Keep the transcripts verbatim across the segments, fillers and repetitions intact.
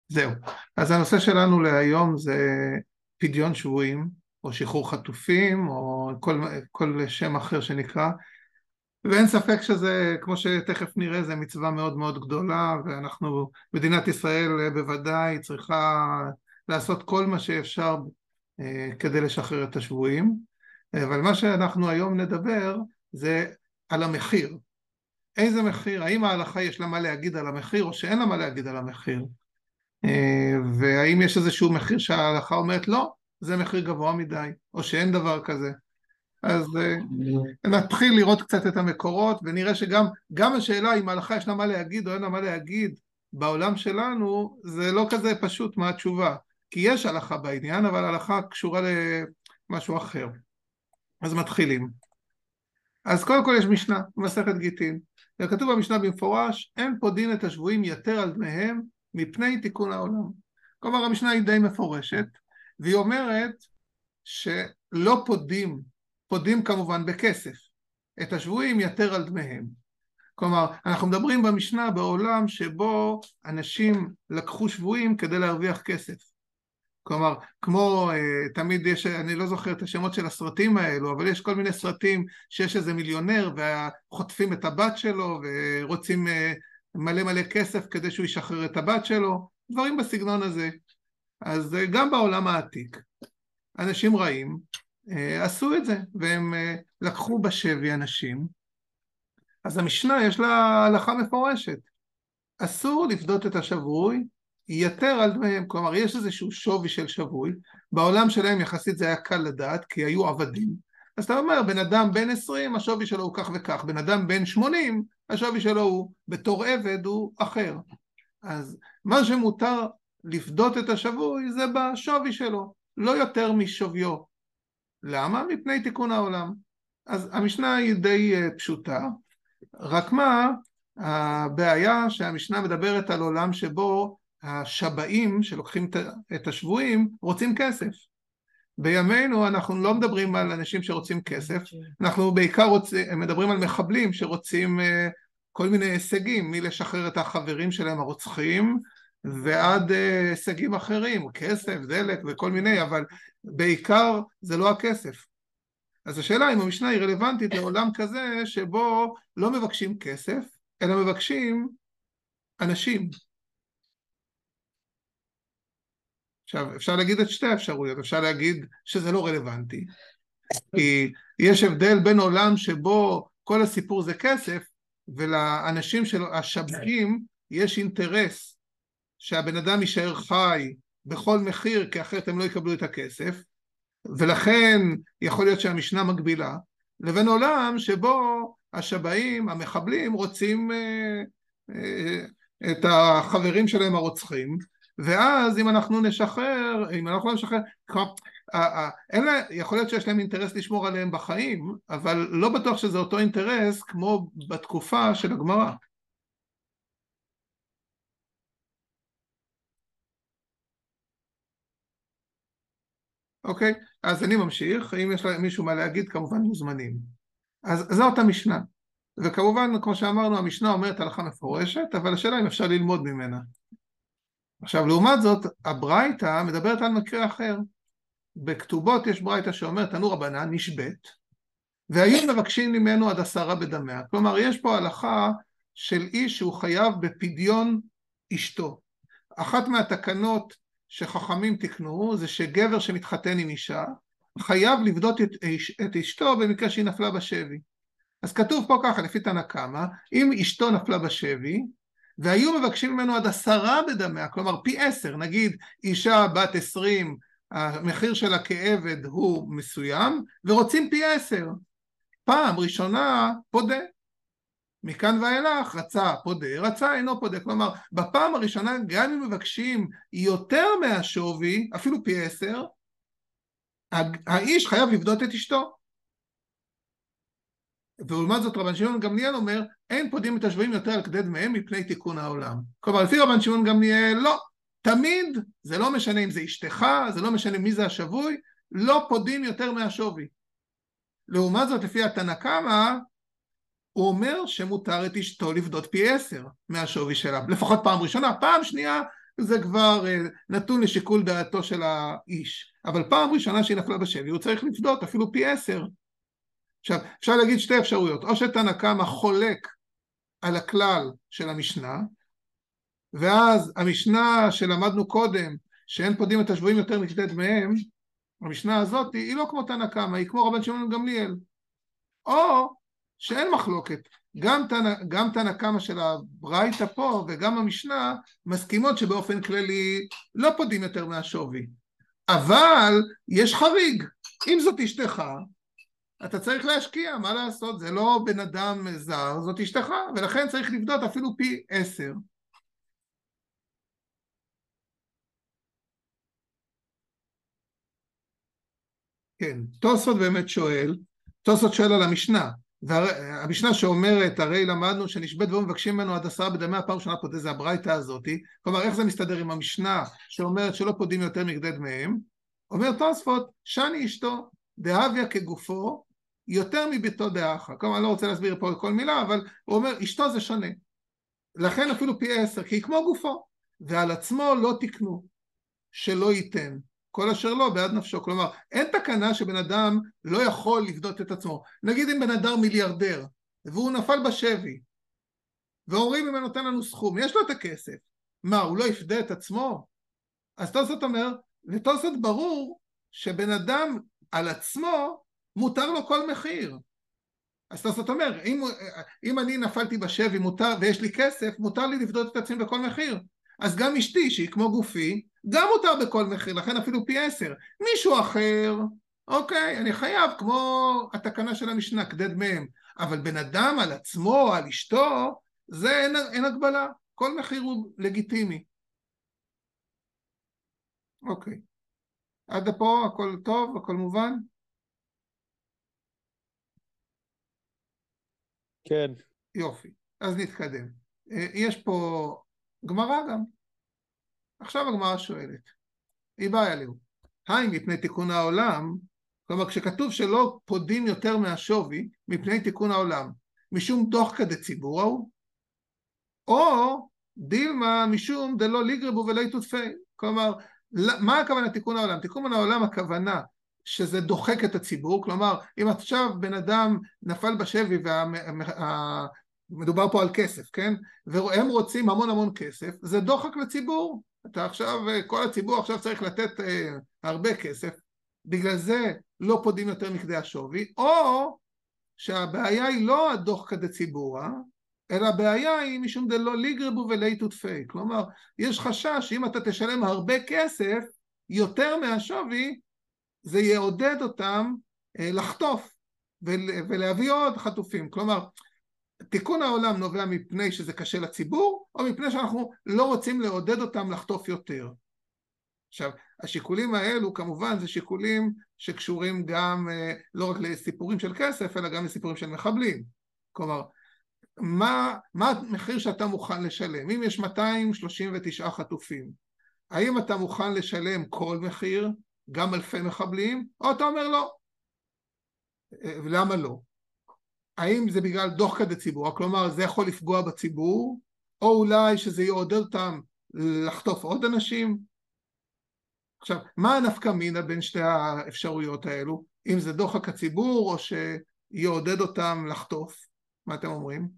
זהו. אז הנושא שלנו להיום זה פדיון שבויים, או שחרור חטופים, או כל, כל שם אחר שנקרא, ואין ספק שזה, כמו שתכף נראה, זה מצווה מאוד מאוד גדולה, ואנחנו, מדינת ישראל בוודאי צריכה לעשות כל מה שאפשר אה, כדי לשחרר את השבויים, אבל מה שאנחנו היום נדבר זה על המחיר. איזה מחיר? האם ההלכה יש לה מה להגיד על המחיר, או שאין לה מה להגיד על המחיר? והאם יש איזשהו מחיר שההלכה אומרת לא, זה מחיר גבוה מדי, או שאין דבר כזה. אז נתחיל לראות קצת את המקורות, ונראה שגם גם השאלה אם ההלכה יש לה מה להגיד או אין לה מה להגיד בעולם שלנו, זה לא כזה פשוט מה התשובה. כי יש הלכה בעניין, אבל ההלכה קשורה למשהו אחר. אז מתחילים. אז קודם כל יש משנה, מסכת גיטין. וכתוב במשנה במפורש, אין פודין את השבויים יתר על דמיהם מפני תיקון העולם. כלומר, המשנה היא די מפורשת, והיא אומרת שלא פודים, פודים כמובן בכסף, את השבויים יתר על דמיהם. כלומר, אנחנו מדברים במשנה בעולם שבו אנשים לקחו שבויים כדי להרוויח כסף. כלומר, כמו תמיד יש, אני לא זוכר את השמות של הסרטים האלו, אבל יש כל מיני סרטים שיש איזה מיליונר וחוטפים את הבת שלו ורוצים מלא מלא כסף כדי שהוא ישחרר את הבת שלו, דברים בסגנון הזה. אז גם בעולם העתיק, אנשים רעים עשו את זה, והם לקחו בשבי אנשים. אז המשנה יש לה הלכה מפורשת, אסור לפדות את השבוי יתר על דמיהם. כלומר, יש איזשהו שווי של שבוי, בעולם שלהם יחסית זה היה קל לדעת, כי היו עבדים. אז אתה אומר, בן אדם בן עשרים, השווי שלו הוא כך וכך, בן אדם בן שמונים, השווי שלו הוא בתור עבד הוא אחר. אז מה שמותר לפדות את השבוי זה בשווי שלו, לא יותר משוויו. למה? מפני תיקון העולם. אז המשנה היא די פשוטה, רק מה, הבעיה שהמשנה מדברת על עולם שבו השבאים שלוקחים את השבויים רוצים כסף. בימינו אנחנו לא מדברים על אנשים שרוצים כסף, אנחנו בעיקר רוצים, מדברים על מחבלים שרוצים כל מיני הישגים, מלשחרר את החברים שלהם הרוצחים, ועד הישגים אחרים, כסף, דלק וכל מיני, אבל בעיקר זה לא הכסף. אז השאלה אם המשנה היא רלוונטית לעולם כזה שבו לא מבקשים כסף, אלא מבקשים אנשים. עכשיו, אפשר להגיד את שתי האפשרויות, אפשר להגיד שזה לא רלוונטי, כי יש הבדל בין עולם שבו כל הסיפור זה כסף, ולאנשים של השבעים יש אינטרס שהבן אדם יישאר חי בכל מחיר, כי אחרת הם לא יקבלו את הכסף, ולכן יכול להיות שהמשנה מגבילה, לבין עולם שבו השבעים, המחבלים, רוצים אה, אה, את החברים שלהם הרוצחים, ואז אם אנחנו נשחרר, אם אנחנו לא נשחרר, אין לה, יכול להיות שיש להם אינטרס לשמור עליהם בחיים, אבל לא בטוח שזה אותו אינטרס כמו בתקופה של הגמרא. אוקיי, אז אני ממשיך, אם יש מישהו מה להגיד כמובן מוזמנים. אז זאת המשנה, וכמובן כמו שאמרנו המשנה אומרת הלכה מפורשת, אבל השאלה אם אפשר ללמוד ממנה. עכשיו לעומת זאת הברייתא מדברת על מקרה אחר. בכתובות יש ברייתא שאומרת תנו רבנן נשבית, והיו מבקשים ממנו עד עשרה בדמיה. כלומר יש פה הלכה של איש שהוא חייב בפדיון אשתו. אחת מהתקנות שחכמים תקנו זה שגבר שמתחתן עם אישה חייב לבדות את, את אשתו במקרה שהיא נפלה בשבי. אז כתוב פה ככה לפי תנא קמא, אם אשתו נפלה בשבי והיו מבקשים ממנו עד עשרה בדמיה, כלומר פי עשר, נגיד אישה בת עשרים המחיר שלה כעבד הוא מסוים ורוצים פי עשר, פעם ראשונה פודה, מכאן ואילך רצה פודה, רצה אינו פודה. כלומר בפעם הראשונה גם אם מבקשים יותר מהשווי, אפילו פי עשר, האיש חייב לבדות את אשתו. ולעומת זאת רבן שמעון גמליאל אומר אין פודים את השבויים יותר על כדי דמיהם מפני תיקון העולם. כלומר לפי רבן שמעון גמליאל לא, תמיד, זה לא משנה אם זה אשתך, זה לא משנה מי זה השבוי, לא פודים יותר מהשווי. לעומת זאת לפי התנא קמא הוא אומר שמותר את אשתו לפדות פי עשר מהשווי שלה, לפחות פעם ראשונה. פעם שנייה זה כבר נתון לשיקול דעתו של האיש. אבל פעם ראשונה שהיא נפלה בשבי, הוא צריך לפדות אפילו פי עשר. עכשיו, אפשר להגיד שתי אפשרויות, או שתנא קמא חולק על הכלל של המשנה, ואז המשנה שלמדנו קודם, שאין פודים את השבויים יותר מכדי דמיהם, המשנה הזאת היא לא כמו תנא קמא, היא כמו רבן שמעון גמליאל. או שאין מחלוקת, גם תנא, גם תנא קמא של הברייתא פה וגם המשנה מסכימות שבאופן כללי לא פודים יותר מהשווי. אבל יש חריג, אם זאת אשתך, אתה צריך להשקיע, מה לעשות? זה לא בן אדם זר, זאת אשתך, ולכן צריך לבדות אפילו פי עשר. כן, תוספות באמת שואל, תוספות שואל על המשנה, והמשנה שאומרת, הרי למדנו שנשבית ומבקשים ממנו עד עשרה בדמי, הפעם ראשונה פודה זה הברייתא הזאתי, כלומר איך זה מסתדר עם המשנה שאומרת שלא פודים יותר מכדי דמיהם? אומר תוספות, שאני אשתו, דהביה כגופו, יותר מביתו דאחה. כלומר, אני לא רוצה להסביר פה כל מילה, אבל הוא אומר, אשתו זה שונה. לכן אפילו פי עשר, כי היא כמו גופו, ועל עצמו לא תקנו, שלא ייתן. כל אשר לא בעד נפשו. כלומר, אין תקנה שבן אדם לא יכול לפדות את עצמו. נגיד אם בן אדם מיליארדר, והוא נפל בשבי, ואומרים אם הוא נותן לנו סכום, יש לו את הכסף. מה, הוא לא יפדה את עצמו? אז תוספות אומר, ותוספות ברור שבן אדם על עצמו מותר לו כל מחיר. אז תוספות אומר, אם, אם אני נפלתי בשבי מותר, ויש לי כסף, מותר לי לפדות את עצמי בכל מחיר. אז גם אשתי, שהיא כמו גופי, גם מותר בכל מחיר, לכן אפילו פי עשר. מישהו אחר, אוקיי, אני חייב, כמו התקנה של המשנה, כדי דמיהם. אבל בן אדם על עצמו, על אשתו, זה אין, אין הגבלה. כל מחיר הוא לגיטימי. אוקיי. עד פה הכל טוב, הכל מובן? כן. יופי. אז נתקדם. יש פה גמרא גם. עכשיו הגמרא שואלת. היא באה אליהו. האם מפני תיקון העולם, כלומר כשכתוב שלא פודים יותר מהשווי, מפני תיקון העולם, משום דוחקא דציבורא הוא, או דילמה משום דלא ליגרבו ולא תותפי. כלומר, מה הכוונה תיקון העולם? תיקון העולם הכוונה שזה דוחק את הציבור, כלומר, אם עכשיו בן אדם נפל בשבי ומדובר פה על כסף, כן? והם רוצים המון המון כסף, זה דוחק לציבור. אתה עכשיו, כל הציבור עכשיו צריך לתת אה, הרבה כסף, בגלל זה לא פודים יותר מכדי השווי, או שהבעיה היא לא הדוחקא דציבורא, אלא הבעיה היא משום דלא ליגרבו ולא תותפי. כלומר, יש חשש שאם אתה תשלם הרבה כסף, יותר מהשווי, זה יעודד אותם אה, לחטוף ולהביא עוד חטופים. כלומר, תיקון העולם נובע מפני שזה קשה לציבור, או מפני שאנחנו לא רוצים לעודד אותם לחטוף יותר. עכשיו, השיקולים האלו כמובן זה שיקולים שקשורים גם אה, לא רק לסיפורים של כסף, אלא גם לסיפורים של מחבלים. כלומר, מה, מה המחיר שאתה מוכן לשלם? אם יש מאתיים שלושים ותשעה חטופים, האם אתה מוכן לשלם כל מחיר, גם אלפי מחבלים, או אתה אומר לא? למה לא? האם זה בגלל דוחקא דציבורא, כלומר זה יכול לפגוע בציבור, או אולי שזה יעודד אותם לחטוף עוד אנשים? עכשיו, מה הנפקא מינה בין שתי האפשרויות האלו? אם זה דוחק הציבור או שיעודד אותם לחטוף? מה אתם אומרים?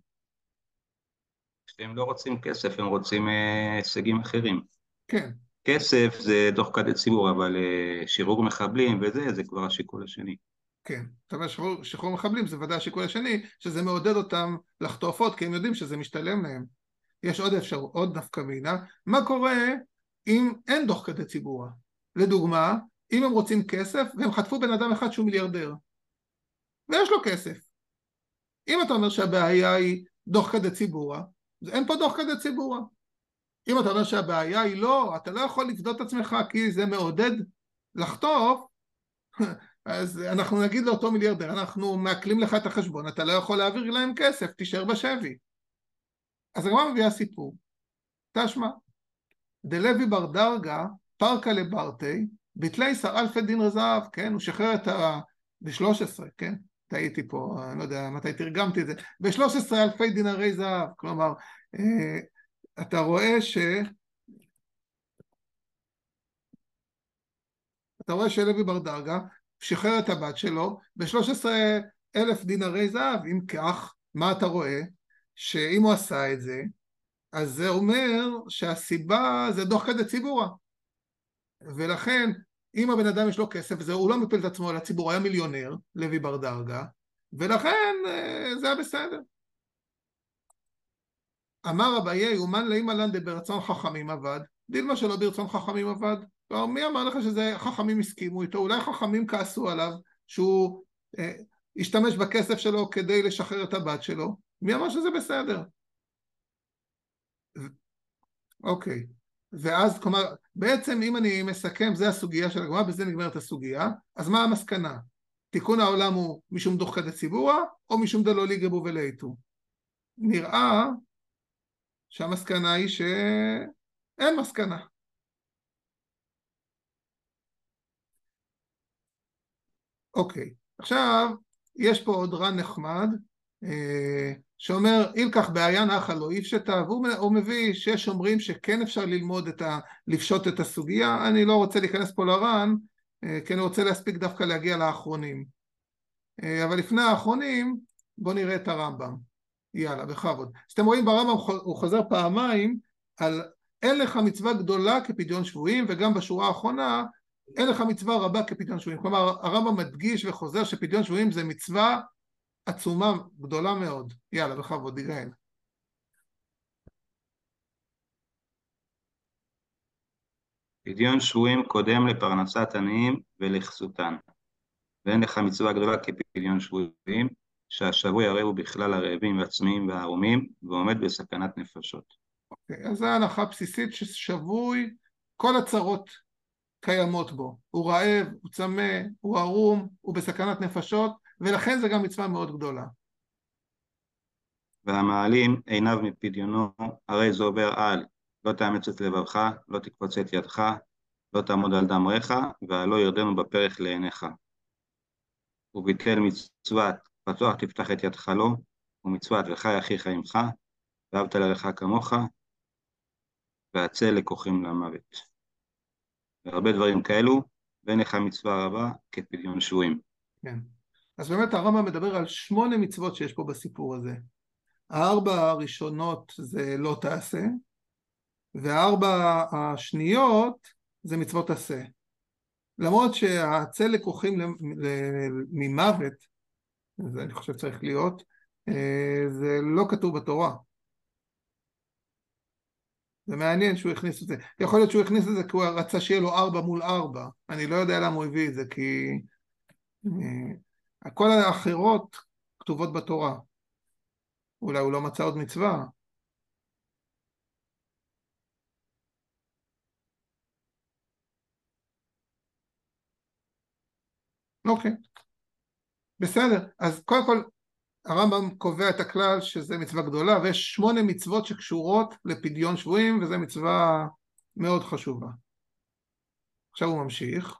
הם לא רוצים כסף, הם רוצים הישגים אחרים. כן. כסף זה דוחקא דציבורא, אבל שחרור מחבלים וזה, זה כבר השיקול השני. כן, זאת אומרת שחרור, שחרור מחבלים זה ודאי השיקול השני, שזה מעודד אותם לחטוף עוד, כי הם יודעים שזה משתלם להם. יש עוד אפשר, עוד נפקא מינה. מה קורה אם אין דוחקא דציבורא? לדוגמה, אם הם רוצים כסף והם חטפו בן אדם אחד שהוא מיליארדר, ויש לו כסף. אם אתה אומר שהבעיה היא דוחקא דציבורא, אין פה דוחקא דציבורא. אם אתה אומר שהבעיה היא לא, אתה לא יכול לפדות את עצמך כי זה מעודד לחטוף, אז אנחנו נגיד לאותו מיליארדר, אנחנו מעקלים לך את החשבון, אתה לא יכול להעביר להם כסף, תישאר בשבי. אז הגמרא מביאה סיפור. תשמע, דלוי בר דרגה, פרקה לברטי, ביטלי שר אלפי דינרי זהב, כן? הוא שחרר את ה... ב-שלוש עשרה, כן? טעיתי פה, אני לא יודע מתי תרגמתי את זה, ב-שלוש עשרה אלפי דינרי זהב, כלומר, אה, אתה רואה ש... אתה רואה שלוי בר דרגה שחרר את הבת שלו ב-שלושה עשר אלף דינרי זהב. אם כך, מה אתה רואה? שאם הוא עשה את זה, אז זה אומר שהסיבה זה דוח כדי ציבורה. ולכן, אם הבן אדם יש לו כסף, זה, הוא לא מפיל את עצמו על הציבור, הוא היה מיליונר, לוי בר דרגה, ולכן זה היה בסדר. אמר אביי, אומן לאמא לן ברצון חכמים עבד, דילמה שלא ברצון חכמים עבד. לא, מי אמר לך שזה חכמים הסכימו איתו? אולי חכמים כעסו עליו שהוא אה, השתמש בכסף שלו כדי לשחרר את הבת שלו. מי אמר שזה בסדר? אוקיי. ואז, כלומר, בעצם אם אני מסכם, זה הסוגיה של הגמרא, בזה נגמרת הסוגיה, אז מה המסקנה? תיקון העולם הוא משום דוח כדי ציבורה, או משום דלא ליגבו ולעיתו? נראה שהמסקנה היא שאין מסקנה. אוקיי, עכשיו יש פה עוד רן נחמד אה, שאומר אילקח בעיין אחא לא יפשטה, והוא מביא שיש אומרים שכן אפשר ללמוד את ה... לפשוט את הסוגיה. אני לא רוצה להיכנס פה לרן אה, כי אני רוצה להספיק דווקא להגיע לאחרונים, אה, אבל לפני האחרונים בואו נראה את הרמב"ם. יאללה, בכבוד. אז אתם רואים ברמב"ם הוא חוזר פעמיים על אין לך מצווה גדולה כפדיון שבויים, וגם בשורה האחרונה אין לך מצווה רבה כפדיון שבויים. כלומר הרמב"ם מדגיש וחוזר שפדיון שבויים זה מצווה עצומה גדולה מאוד. יאללה, בכבוד, יגאל. פדיון שבויים קודם לפרנסת עניים ולכסותן, ואין לך מצווה גדולה כפדיון שבויים, שהשבוי הרי הוא בכלל הרעבים והצמאים והערומים, ועומד בסכנת נפשות. אוקיי, אז זו ההנחה בסיסית ששבוי, כל הצרות קיימות בו. הוא רעב, הוא צמא, הוא ערום, הוא בסכנת נפשות, ולכן זה גם מצווה מאוד גדולה. והמעלים עיניו מפדיונו, הרי זה עובר על, לא תאמץ את לבבך, לא תקפוץ את ידך, לא תעמוד על דם ריך, והלא ירדנו בפרך לעיניך. וביטל מצוות, פתוח תפתח את ידך לו, ומצוות וחי אחיך עמך, ואהבת לרעך כמוך, והצל לקוחים למוות. והרבה דברים כאלו, ואין לך מצווה רבה כפדיון שבויים. כן. אז באמת הרמב"ם מדבר על שמונה מצוות שיש פה בסיפור הזה. הארבע הראשונות זה לא תעשה, והארבע השניות זה מצוות עשה. למרות שהצל לקוחים ממוות, זה אני חושב צריך להיות, זה לא כתוב בתורה. זה מעניין שהוא הכניס את זה. יכול להיות שהוא הכניס את זה כי הוא רצה שיהיה לו ארבע מול ארבע. אני לא יודע למה הוא הביא את זה, כי כל האחרות כתובות בתורה. אולי הוא לא מצא עוד מצווה. אוקיי. בסדר. אז קודם כל, הרמב"ם קובע את הכלל שזה מצווה גדולה, ויש שמונה מצוות שקשורות לפדיון שבויים, וזו מצווה מאוד חשובה. עכשיו הוא ממשיך.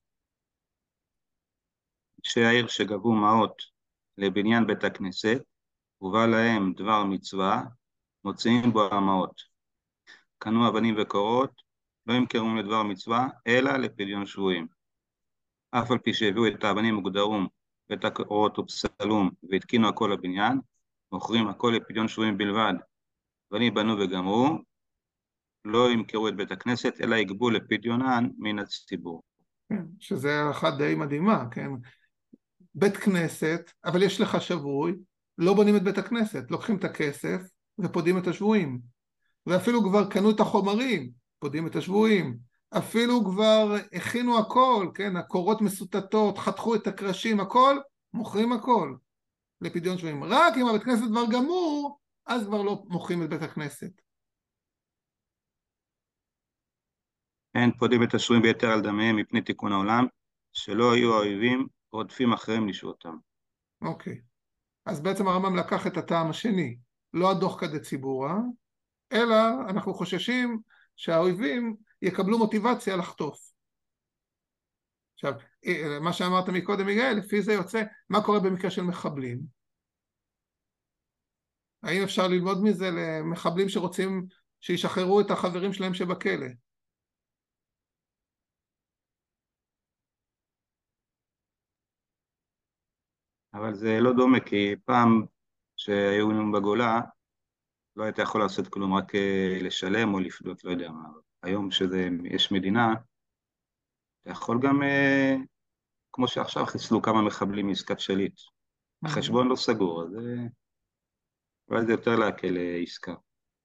אנשי העיר שגבו מעות לבניין בית הכנסת, ובא להם דבר מצווה, מוציאים בו המעות. קנו אבנים וקורות, לא ימכרו לדבר מצווה, אלא לפדיון שבויים. אף על פי שהביאו את האבנים וגדרום, ואת הקורות ופסלום, והתקינו הכל לבניין, מוכרים הכל לפדיון שבויים בלבד, אבל אם בנו וגמרו, לא ימכרו את בית הכנסת, אלא יגבו לפדיונן מן הציבור. כן, שזה אחת די מדהימה, כן? בית כנסת, אבל יש לך שבוי, לא בונים את בית הכנסת, לוקחים את הכסף ופודים את השבויים. ואפילו כבר קנו את החומרים, פודים את השבויים. אפילו כבר הכינו הכל, כן? הקורות מסוטטות, חתכו את הקרשים, הכל, מוכרים הכל לפדיון שבויים. רק אם הבית כנסת כבר גמור, אז כבר לא מוכרים את בית הכנסת. אין פודים את השבויים ביתר על דמיהם מפני תיקון העולם, שלא היו האויבים רודפים אחריהם לשבותם. אוקיי. אז בעצם הרמב"ם לקח את הטעם השני, לא הדוח כדי ציבורה, אלא אנחנו חוששים שהאויבים יקבלו מוטיבציה לחטוף. עכשיו, מה שאמרת מקודם יגאל, לפי זה יוצא, מה קורה במקרה של מחבלים? האם אפשר ללמוד מזה למחבלים שרוצים שישחררו את החברים שלהם שבכלא? אבל זה לא דומה, כי פעם שהיו לנו בגולה, לא היית יכול לעשות כלום, רק אה, לשלם או לפדות, לא יודע מה. היום שיש מדינה, אתה יכול גם, אה, כמו שעכשיו חיסלו כמה מחבלים מעסקת שליט. Mhm. החשבון לא סגור, אז אה, אולי זה יותר להקל אה, עסקה.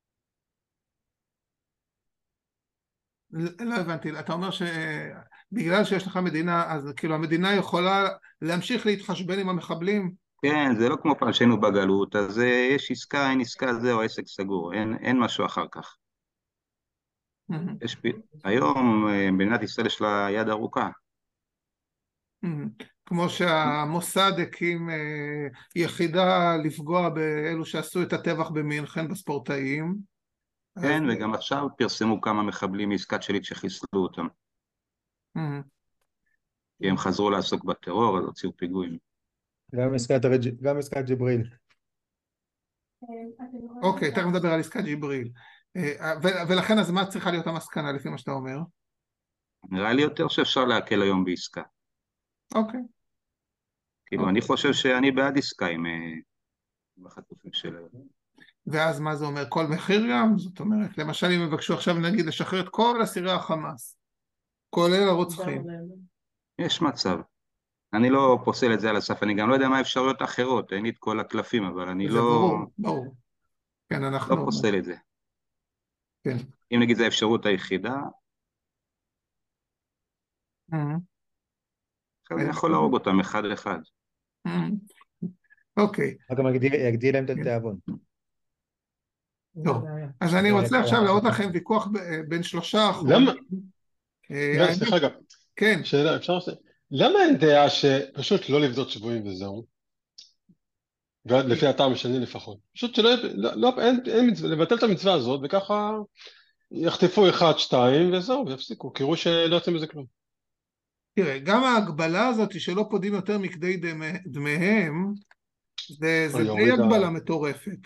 לא הבנתי, אתה אומר שבגלל שיש לך מדינה, אז כאילו המדינה יכולה להמשיך להתחשבן עם המחבלים? כן, זה לא כמו פעם שהיינו בגלות, אז אה, יש עסקה, אין עסקה, זהו, העסק סגור, אין, אין משהו אחר כך. Mhm. יש, פ- היום אה, במדינת ישראל יש לה יד ארוכה. Mhm. כמו שהמוסד הקים אה, יחידה לפגוע באלו שעשו את הטבח במינכן בספורטאים, אז... כן, וגם עכשיו פרסמו כמה מחבלים מעסקת שליט שחיסלו אותם. Mhm. כי הם חזרו לעסוק בטרור, אז הוציאו פיגועים. גם עסקת הרג'- גם עסקת ג'יבריל. אוקיי, תכף נדבר על עסקת ג'יבריל. אה, ו- ולכן אז מה צריכה להיות המסקנה לפי מה שאתה אומר? נראה לי יותר שאפשר להקל היום בעסקה. אוקיי, כאילו, אני אוקיי. חושב שאני בעד עסקה עם אה, עם החטופים שלהם. ואז מה זה אומר? כל מחיר גם? זאת אומרת, למשל אם יבקשו עכשיו נגיד לשחרר את כל אסירי החמאס, כולל הרוצחים. יש מצב. אני לא פוסל את זה על הסף, אני גם לא יודע מה האפשרויות האחרות, אין לי את כל הקלפים, אבל אני זה לא, ברור, ברור. כן, לא אנחנו... פוסל את זה. כן. אם נגיד זו האפשרות היחידה, Mhm. אחרי זה יכול להרוג אותם אחד-אחד. Mhm. אוקיי, רק גם יגדיל יגדיל להם את כן. התיאבון. טוב. אז אני רוצה עכשיו להראות לכם ויכוח ב- בין שלושה למה, אחרונים. אה, לא, האמת, סליחה גם, כן. שאלה, אפשר ש... למה אין דעה שפשוט לא לבדות שבויים וזהו? לפי הטעם השני לפחות. פשוט שלא, יהיה- לא, לא, אין, אין מצווה, לבטל את המצווה הזאת, וככה יחטפו אחד, שתיים, וזהו, ויפסיקו, כי יראו שלא יוצא מזה כלום. תראה, גם ההגבלה הזאת שלא פודים יותר מכדי דמי- דמיהם, זה, או זה די יוריד ה... הגבלה מטורפת.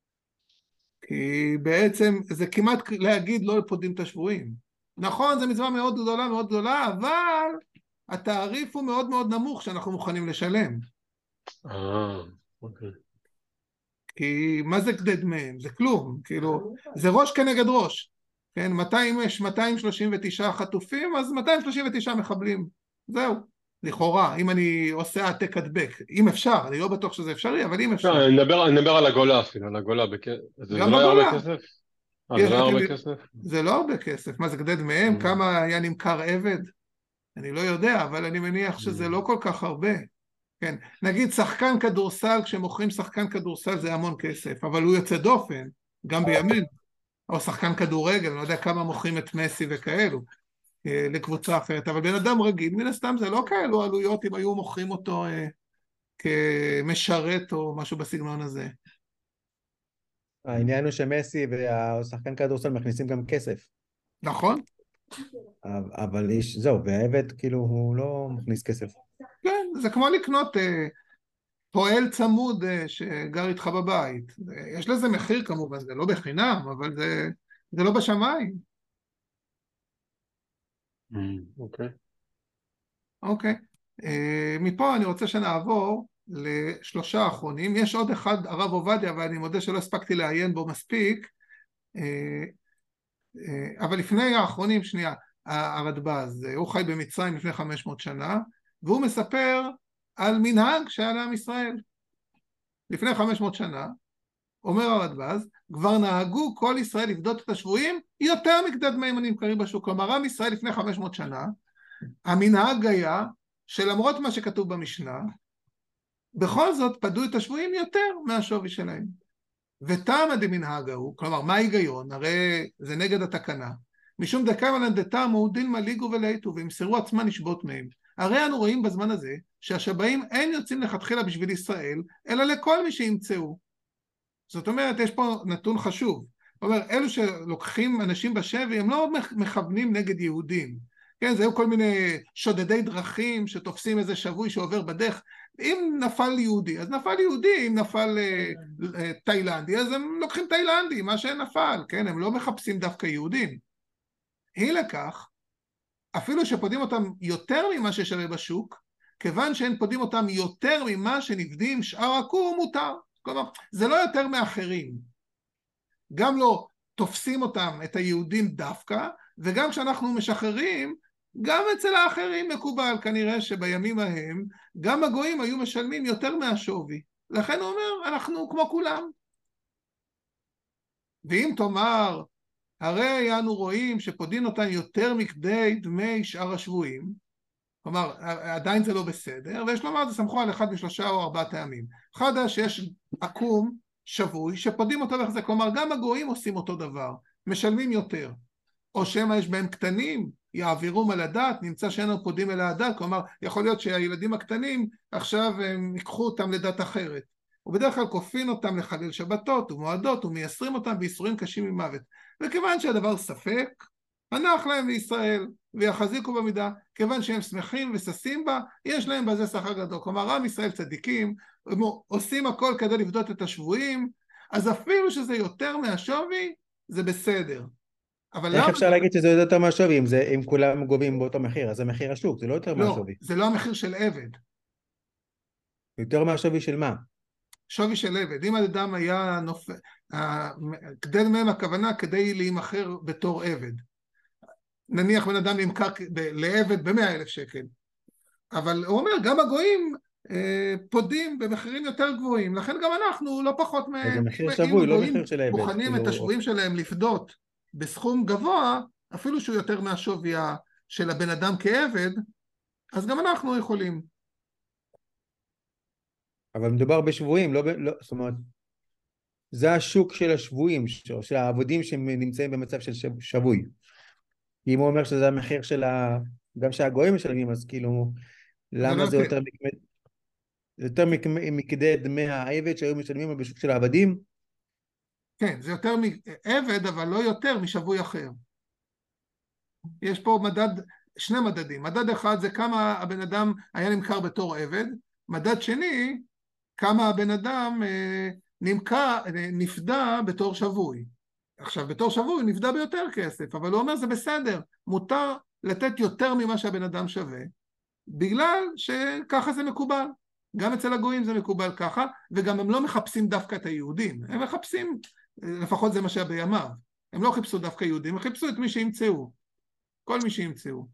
כי בעצם זה כמעט להגיד לא פודים את השבויים. נכון, זו מצווה מאוד גדולה, מאוד גדולה, אבל התעריף הוא מאוד מאוד נמוך שאנחנו מוכנים לשלם. אה, אוקיי. כי מה זה כדי דמיהם? זה כלום, כאילו, זה ראש כנגד ראש. כן, מאתיים, יש מאתיים שלושים ותשעה חטופים, אז מאתיים שלושים ותשעה מחבלים. זהו, לכאורה, אם אני עושה העתק הדבק, אם אפשר, אני לא בטוח שזה אפשרי, אבל אם אפשר. לא, אני מדבר, אני מדבר על הגולה אפילו, על הגולה, בכ... זה, זה גם לא היה הרבה בגולה. כסף? אה, זה לא היה אתם, הרבה כסף? זה לא הרבה כסף, מה זה כדי דמיהם? Mm, כמה היה נמכר עבד? אני לא יודע, אבל אני מניח שזה mm, לא כל כך הרבה. כן, נגיד שחקן כדורסל, כשמוכרים שחקן כדורסל זה המון כסף, אבל הוא יוצא דופן, גם בימינו. או שחקן כדורגל, אני לא יודע כמה מוכרים את מסי וכאלו, אה, לקבוצה אחרת, אבל בן אדם רגיל, מן הסתם זה לא כאלו עלויות אם היו מוכרים אותו אה, כמשרת או משהו בסגנון הזה. העניין הוא שמסי והשחקן כדורסל מכניסים גם כסף. נכון? אבל אבל איש, זהו, והעבד כאילו הוא לא מכניס כסף. כן, זה כמו לקנות אה, פועל צמוד אה, שגר איתך בבית. אה, יש לזה מחיר כמובן, זה לא בחינם, אבל זה, זה לא בשמיים. mm, אוקיי. אוקיי. אה, מפה אני רוצה שנעבור לשלושה האחרונים. יש עוד אחד, הרב עובדיה, אבל אני מודה שלא הספקתי לעיין בו מספיק. אה, אה, אבל לפני האחרונים, שנייה, הרדב"ז, הוא חי במצרים לפני חמש מאות שנה, והוא מספר על מנהג שהיה לעם ישראל. לפני חמש מאות שנה, אומר הרדב"ז, כבר נהגו כל ישראל לפדות את השבויים יותר מכדי דמי הנמכרים בשוק. כלומר, עם ישראל לפני חמש מאות שנה, המנהג היה שלמרות מה שכתוב במשנה, בכל זאת פדו את השבויים יותר מהשווי שלהם. וטעמא דמנהג ההוא, כלומר, מה ההיגיון? הרי זה נגד התקנה. משום דקיימא דתמו דילמא ליגו ולייטו, וימסרו עצמם לשבות מהם. הרי אנו רואים בזמן הזה שהשבעים אין יוצאים לכתחילה בשביל ישראל, אלא לכל מי שימצאו. זאת אומרת, יש פה נתון חשוב. זאת אומרת, אלו שלוקחים אנשים בשבי, הם לא מכוונים נגד יהודים. כן, זה היו כל מיני שודדי דרכים שתופסים איזה שבוי שעובר בדרך. אם נפל יהודי, אז נפל יהודי, אם נפל אה, אה, תאילנדי, אז הם לוקחים תאילנדי, מה שנפל, כן, הם לא מחפשים דווקא יהודים. היא לכך, אפילו שפודים אותם יותר ממה ששווה בשוק, כיוון שהם פודים אותם יותר ממה שנפדים שאר הקום מותר. כלומר, זה לא יותר מאחרים. גם לא תופסים אותם, את היהודים דווקא, וגם כשאנחנו משחררים, גם אצל האחרים מקובל. כנראה שבימים ההם, גם הגויים היו משלמים יותר מהשווי. לכן הוא אומר, אנחנו כמו כולם. ואם תאמר, הרי אנו רואים שפודין אותם יותר מכדי דמי שאר השבויים, כלומר, עדיין זה לא בסדר, ויש לומר, זה סמכו על אחד משלושה או ארבעה טעמים. אחד, שיש עקום שבוי, שפודים אותו ואיך זה, כלומר, גם הגויים עושים אותו דבר, משלמים יותר. או שמה יש בהם קטנים, יעבירום על הדת, נמצא שאינו פודים אל הדת, כלומר, יכול להיות שהילדים הקטנים, עכשיו הם ייקחו אותם לדת אחרת. ובדרך כלל כופין אותם לחלל שבתות ומועדות, ומייסרים אותם ביסורים קשים ממוות. וכיוון שהדבר ספק, הנח להם לישראל, ויחזיקו במידה, כיוון שהם שמחים וססים בה, יש להם בזה שכר גדול. כלומר, עם ישראל צדיקים, הם עושים הכל כדי לפדות את השבויים, אז אפילו שזה יותר מהשווי, זה בסדר. אבל איך למה... אפשר להגיד שזה יותר מהשווי, אם, זה, אם כולם גובים באותו מחיר? אז זה מחיר השוק, זה לא יותר לא, מהשווי. זה לא המחיר של עבד. יותר מהשווי של מה? שווי של עבד. אם האדם היה נופל, כדי מהם הכוונה כדי להימכר בתור עבד. נניח בן אדם נמכר לעבד במאה אלף שקל. אבל הוא אומר, גם הגויים אה, פודים במחירים יותר גבוהים, לכן גם אנחנו לא פחות מהם. זה מחיר שבוי, לא מחיר של עבד. מוכנים כאילו... את השבויים שלהם לפדות בסכום גבוה, אפילו שהוא יותר מהשווי של הבן אדם כעבד, אז גם אנחנו יכולים. אבל מדובר בשבויים, לא, ב... לא, זאת אומרת, זה השוק של השבויים, של העבודים שנמצאים במצב של שבוי. אם הוא אומר שזה המחיר של ה... גם שהגויים משלמים, אז כאילו, למה זה יותר מכדי, יותר מכדי דמי העבד שהיו משלמים בשוק של העבדים? כן, זה יותר מעבד, אבל לא יותר משבוי אחר. יש פה מדד, שני מדדים. מדד אחד זה כמה הבן אדם היה נמכר בתור עבד, מדד שני, כמה הבן אדם אה, נמכר, נפדה בתור שבוי. עכשיו, בתור שבוי נפדה ביותר כסף, אבל הוא אומר זה בסדר, מותר לתת יותר ממה שהבן אדם שווה, בגלל שככה זה מקובל. גם אצל הגויים זה מקובל ככה, וגם הם לא מחפשים דווקא את היהודים, הם מחפשים, לפחות זה מה שהיה בימיו, הם לא חיפשו דווקא יהודים, הם חיפשו את מי שימצאו, כל מי שימצאו.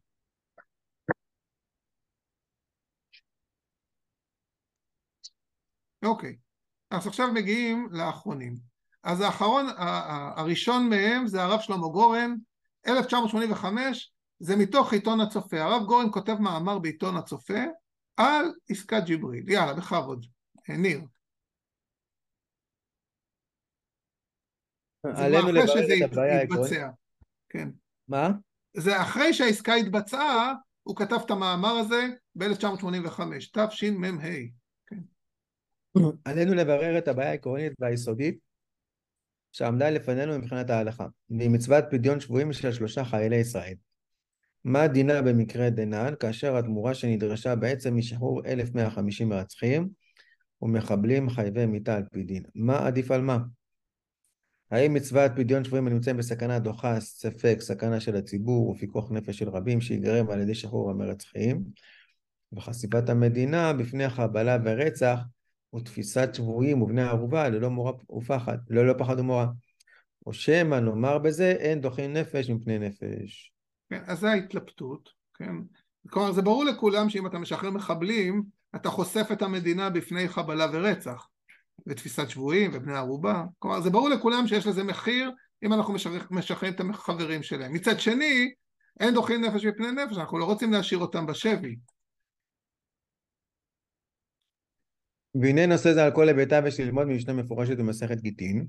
אוקיי, אז עכשיו מגיעים לאחרונים. אז האחרון, הראשון מהם זה הרב שלמה גורן, אלף תשע מאות שמונים וחמש, זה מתוך עיתון הצופה. הרב גורן כותב מאמר בעיתון הצופה על עסקת ג'יבריל. יאללה, בכבוד. ניר. עלינו לברר את הבעיה העקרונית. כן. מה? זה אחרי שהעסקה התבצעה, הוא כתב את המאמר הזה ב-אלף תשע מאות שמונים וחמש, תשמ"ה. כן. עלינו לברר את הבעיה העקרונית והיסודית שעמדה לפנינו מבחינת ההלכה, והיא מצוות פדיון שבויים של שלושה חיילי ישראל. מה דינה במקרה דנן, כאשר התמורה שנדרשה בעצם משחרור אלף מאה וחמישים מרצחים ומחבלים חייבי מיתה על פי דין? מה עדיף על מה? האם מצוות פדיון שבויים הנמצאים בסכנה דוחה ספק סכנה של הציבור ופיקוח נפש של רבים שיגרם על ידי שחרור המרצחים וחשיפת המדינה בפני החבלה ורצח ותפיסת שבויים ובני ערובה ללא מורא ופחד, ללא פחד ומורא? או שמא נאמר בזה אין דוחים נפש מפני נפש? כן, אז זה ההתלבטות, כן? כלומר, זה ברור לכולם שאם אתה משחרר מחבלים, אתה חושף את המדינה בפני חבלה ורצח, ותפיסת שבויים ובני ערובה. כלומר, זה ברור לכולם שיש לזה מחיר אם אנחנו משחררים את החברים שלהם. מצד שני, אין דוחים נפש מפני נפש, אנחנו לא רוצים להשאיר אותם בשבי. והנה נושא זה על כל היבטיו יש ללמוד ממשנה מפורשת במסכת גיטין,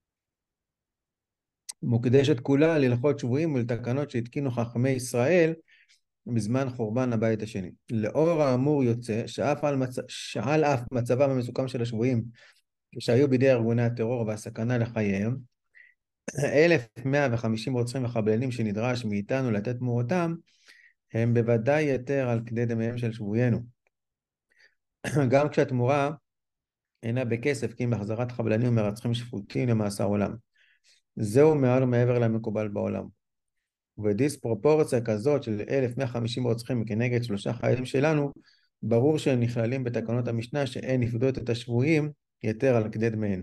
מוקדשת כולה להלכות שבויים ולתקנות שהתקינו חכמי ישראל בזמן חורבן הבית השני. לאור האמור יוצא שאף על, מצ... שעל אף מצבם המסוכם של השבויים שהיו בידי ארגוני הטרור והסכנה לחייהם, אלף מאה וחמישים רוצחים וחבלנים שנדרש מאיתנו לתת תמורתם, הם בוודאי יותר על כדי דמיהם של שבויינו. גם כשהתמורה אינה בכסף, כי אם בהחזרת חבלנים ומרצחים שפוטים למאסר עולם. זהו מעל ומעבר למקובל בעולם. ובדיספרופורציה כזאת של אלף מאה וחמישים רוצחים כנגד שלושה חיילים שלנו, ברור שהם נכללים בתקנות המשנה שאין לפדות את השבויים יתר על כדי דמיהן.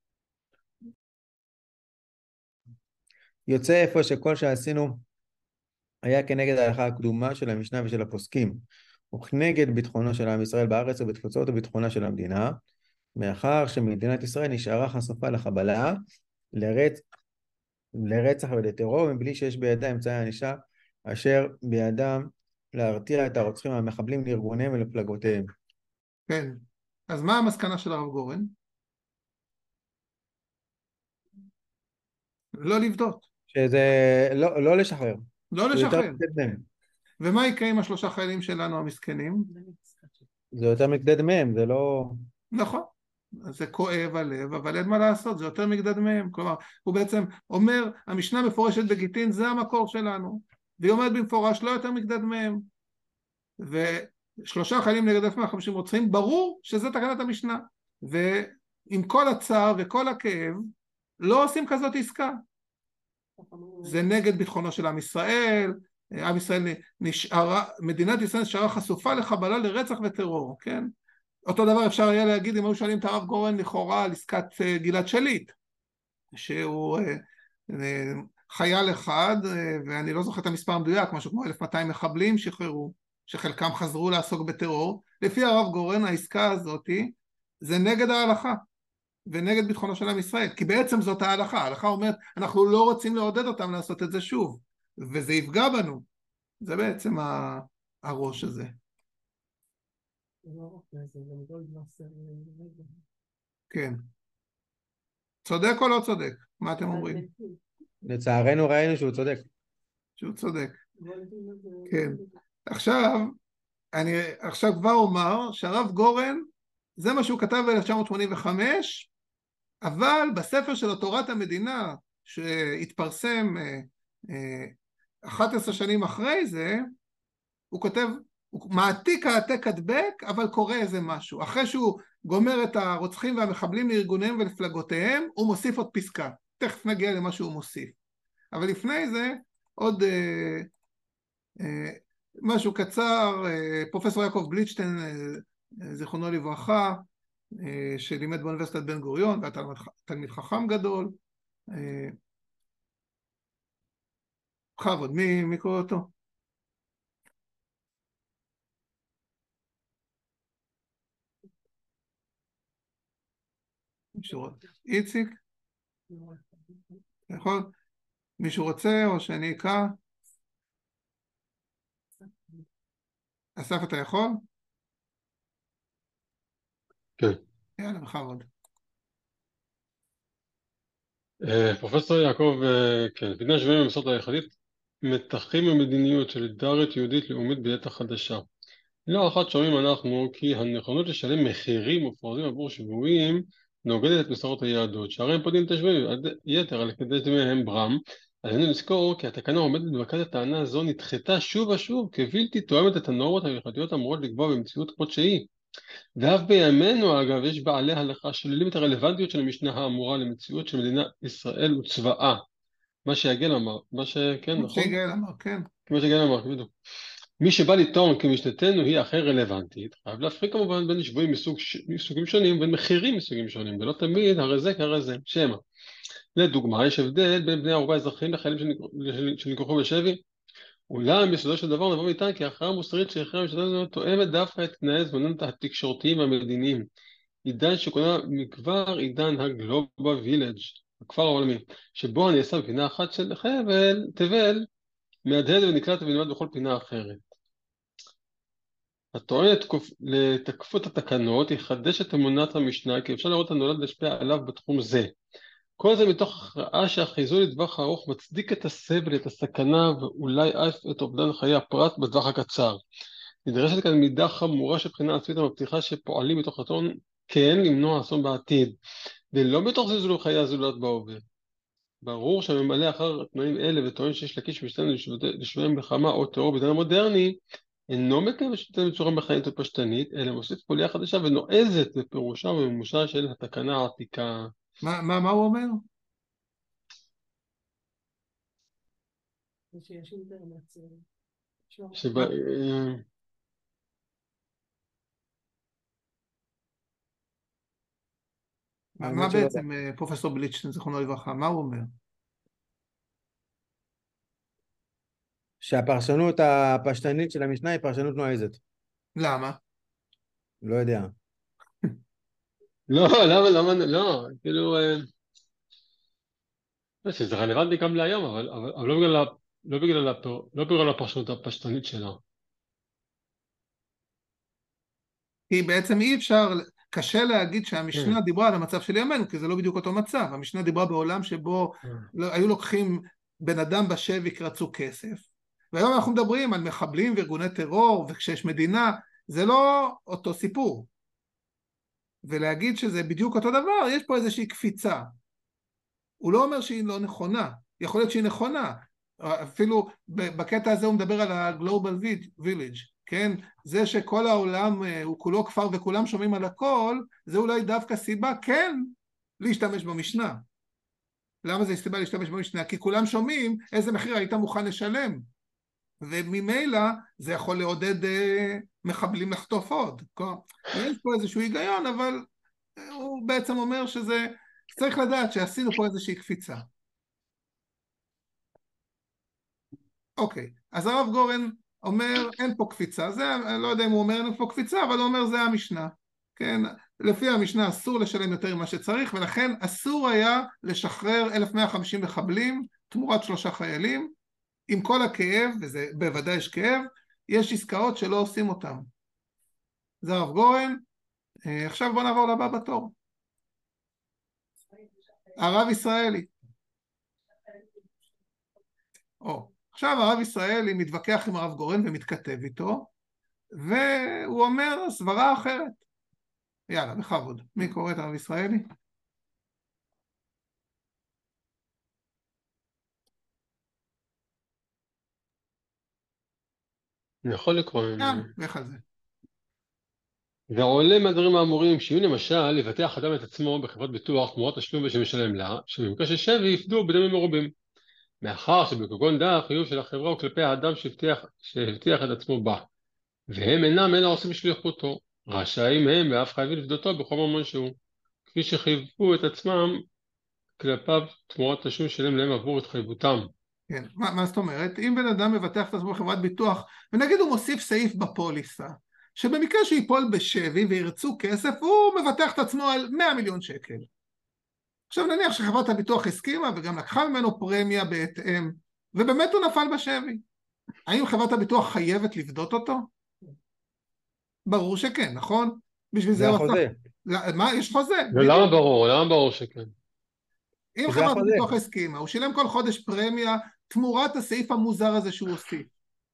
יוצא איפה שכל שעשינו היה כנגד ההלכה הקדומה של המשנה ושל הפוסקים, וכנגד ביטחונו של עם ישראל בארץ ובתפוצות וביטחונה של המדינה, מאחר שמדינת ישראל נשארה חשופה לחבלה, לרצ... לרצח ולטרור, מבלי שיש בידה אמצעי הענישה, אשר בידם להרתיע את הרוצחים המחבלים לארגוניהם ולפלגותיהם. כן. אז מה המסקנה של הרב גורן? לא לבדות. שזה לא, לא לשחרר. לא זה יותר לשחרר. מכדי דמיהם. ומה יקרה עם השלושה חיילים שלנו המסכנים? זה יותר מכדי דמיהם, זה לא... נכון. זה כואב הלב, אבל אין מה לעשות, זה יותר מכדי מהם. כלומר, הוא בעצם אומר, המשנה מפורשת בגיטין, זה המקור שלנו. והיא אומרת במפורש, לא יותר מכדי מהם. ושלושה חיילים נגד אלף מאה וחמישים רוצחים, ברור שזה תקנת המשנה. ועם כל הצער וכל הכאב, לא עושים כזאת עסקה. זה נגד ביטחונו של עם ישראל, עם ישראל נשארה, מדינת ישראל נשארה חשופה לחבלה לרצח וטרור, כן? אותו דבר אפשר היה להגיד אם היו שואלים את הרב גורן לכאורה על עסקת גלעד שליט, שהוא חייל אחד, ואני לא זוכר את המספר המדויק, משהו כמו אלף ומאתיים מחבלים שחררו, שחלקם חזרו לעסוק בטרור. לפי הרב גורן העסקה הזאת זה נגד ההלכה ונגד ביטחונו של עם ישראל, כי בעצם זאת ההלכה. ההלכה אומרת אנחנו לא רוצים לעודד אותם לעשות את זה שוב, וזה יפגע בנו. זה בעצם הראש הזה. כן. צודק או לא צודק? מה אתם אומרים? לצערנו ראינו שהוא צודק. שהוא צודק. כן. עכשיו, אני עכשיו כבר אומר שהרב גורן, זה מה שהוא כתב ב-אלף תשע מאות שמונים וחמש, אבל בספר של תורת המדינה, שהתפרסם אחת עשרה שנים אחרי זה, הוא כותב, הוא מעתיק העתק הדבק, אבל קורא איזה משהו. אחרי שהוא גומר את הרוצחים והמחבלים לארגוניהם ולפלגותיהם, הוא מוסיף עוד פסקה. תכף נגיע למה שהוא מוסיף. אבל לפני זה, עוד אה, אה, משהו קצר, אה, פרופסור יעקב בליטשטיין, אה, זיכרונו לברכה, אה, שלימד באוניברסיטת בן גוריון, והיה תלמיד חכם גדול. אה, בכבוד, מי, מי קורא אותו? מישהו, איציק? יכול? מישהו רוצה או שאני אקרא? אסף, אתה יכול? כן. יאללה, בכבוד. פרופסור יעקב, כן, בני השבויים במסורת היחדית מתחים במדיניות סולידריות יהודית לאומית בעת החדשה. לא אחת שומעים אנחנו כי הנכונות לשלם מחירים מופרזים עבור שבויים נוגדת את מסורת היהדות, שהרי הם פודים את השבויים עד יתר על כדי דמיהם ברם. עלינו לזכור כי התקנה עומדת בבקעת הטענה הזו נדחתה שוב ושוב כבלתי תואמת את הנורמות ההלכתיות אמורות לקבוע במציאות כמות שהיא. ואף בימינו אגב יש בעלי הלכה שללים את הרלוונטיות של המשנה האמורה למציאות של מדינת ישראל וצבאה. מה שיגל אמר, מה שכן, נכון? שיגל אמר, כן. כמו שיגל אמר, בדיוק. מי שבא לטעון כי משנתנו היא אחר רלוונטית, חייב להפריד כמובן בין שבויים מסוג, מסוגים שונים ובין מחירים מסוגים שונים, ולא תמיד הרי זה כהרי זה, שמא. לדוגמה, יש הבדל בין בני ערובה אזרחים לחיילים שנלקחו בשבי, אולם בסופו של דבר נבוא איתן כי ההכרעה המוסרית של אחרי המשנה תואמת דווקא את תנאי זמננו התקשורתיים והמדיניים. עידן שכונה מכבר עידן הגלובל וילג', הכפר העולמי, שבו נעשה בפינה אחת של חבל, תבל, מהדהד ונקלט ונלמד בכל פינה אחרת. הטוען לתקפות התקנות יחדש את אמונת המשנה כי אפשר לראות הנולד להשפיע עליו בתחום זה. כל זה מתוך הכרעה שהחיזוי לטווח הארוך מצדיק את הסבל, את הסכנה ואולי אף את אובדן חיי הפרט בטווח הקצר. נדרשת כאן מידה חמורה של בחינה עצמית המבטיחה שפועלים מתוך רצון כן למנוע אסון בעתיד, ולא מתוך זלזול חיי הזולת בהווה. ברור שהממלא אחר תנאים אלה וטוען שיש להקיש משתנה לשבויים מלחמה או טרור בעידן המודרני, אינו מקיים משתנה בצורה מכנית ופשטנית, אלא מוסיף חוליה חדשה ונועזת בפירושה ומימושה של התקנה העתיקה. מה, מה, מה הוא אומר? שבה... מה האמת שלא יודע. בעצם פרופסור בליטשטיין, זכרונו לברכה, מה הוא אומר? שהפרשנות הפשטנית של המשנה היא פרשנות נועזת. למה? לא יודע. לא, למה, למה, לא, כאילו, אה, לא, שזה רלוונטי גם להיום, אבל, אבל, אבל לא בגלל, ה- לא בגלל, הפר- לא בגלל הפרשנות הפשטנית שלה. כי בעצם אי אפשר, קשה להגיד כן, שהמשנה דיברה על המצב של ימינו, כי זה לא בדיוק אותו מצב. המשנה דיברה בעולם שבו כן. לא- היו לוקחים בן אדם בשבי כי רצו כסף, והיום אנחנו מדברים על מחבלים וארגוני טרור, וכשיש מדינה, זה לא אותו סיפור. ולהגיד שזה בדיוק אותו דבר, יש פה איזושהי קפיצה. הוא לא אומר שהיא לא נכונה, יכול להיות שהיא נכונה, אפילו בקטע הזה הוא מדבר על ה-Global Village, כן? זה שכל העולם הוא כולו כפר וכולם שומעים על הכל, זה אולי דווקא סיבה כן להשתמש במשנה. למה זה סיבה להשתמש במשנה? כי כולם שומעים איזה מחיר היית מוכן לשלם, וממילא זה יכול לעודד אה, מחבלים לחטוף עוד. יש פה איזשהו היגיון, אבל הוא בעצם אומר שזה, צריך לדעת שעשינו פה איזושהי קפיצה. אוקיי, אז הרב גורן אומר אין פה קפיצה, זה, אני לא יודע אם הוא אומר אין פה קפיצה, אבל הוא אומר זה המשנה, כן? לפי המשנה אסור לשלם יותר ממה שצריך, ולכן אסור היה לשחרר אלף מאה וחמישים מחבלים תמורת שלושה חיילים, עם כל הכאב, וזה בוודאי יש כאב, יש עסקאות שלא עושים אותם. זה הרב גורן. עכשיו בוא נעבור לבא בתור. הרב ישראלי. או, עכשיו הרב ישראלי מתווכח עם הרב גורן ומתכתב איתו, והוא אומר סברה אחרת. יאללה, בכבוד. מי קורא את הרב ישראלי? אני יכול לקרוא. יאללה, לך על זה. ועולה מהדברים האמורים שיהיו למשל לבטח אדם את עצמו בחברת ביטוח תמורת תשלום שמשלם לה, שבמקרה של שבי יפדו בדמים מרובים. מאחר שבכגון דעת חיוב של החברה הוא כלפי האדם שהבטיח, שהבטיח את עצמו בה, והם אינם אלא עושים בשליחותו, רשאים הם ואף חייבים לפדותו בכל ממון שהוא, כפי שחייבו את עצמם כלפיו תמורת תשלום שלם להם עבור התחייבותם. כן, מה, מה זאת אומרת? אם בן אדם מבטח את עצמו בחברת ביטוח, ונגיד הוא מוסיף סעיף בפוליסה, שבמקרה שיפול בשבי וירצו כסף, הוא מבטח את עצמו על מאה מיליון שקל. עכשיו נניח שחברת הביטוח הסכימה וגם לקחה ממנו פרמיה בהתאם, ובאמת הוא נפל בשבי. האם חברת הביטוח חייבת לפדות אותו? ברור שכן, נכון? בשביל זה זה הוא החוזה. עשה... מה? יש חוזה. ולמה ברור? למה ברור שכן? אם זה חברת החוזה. הביטוח הסכימה, הוא שילם כל חודש פרמיה תמורת הסעיף המוזר הזה שהוא הוסיף.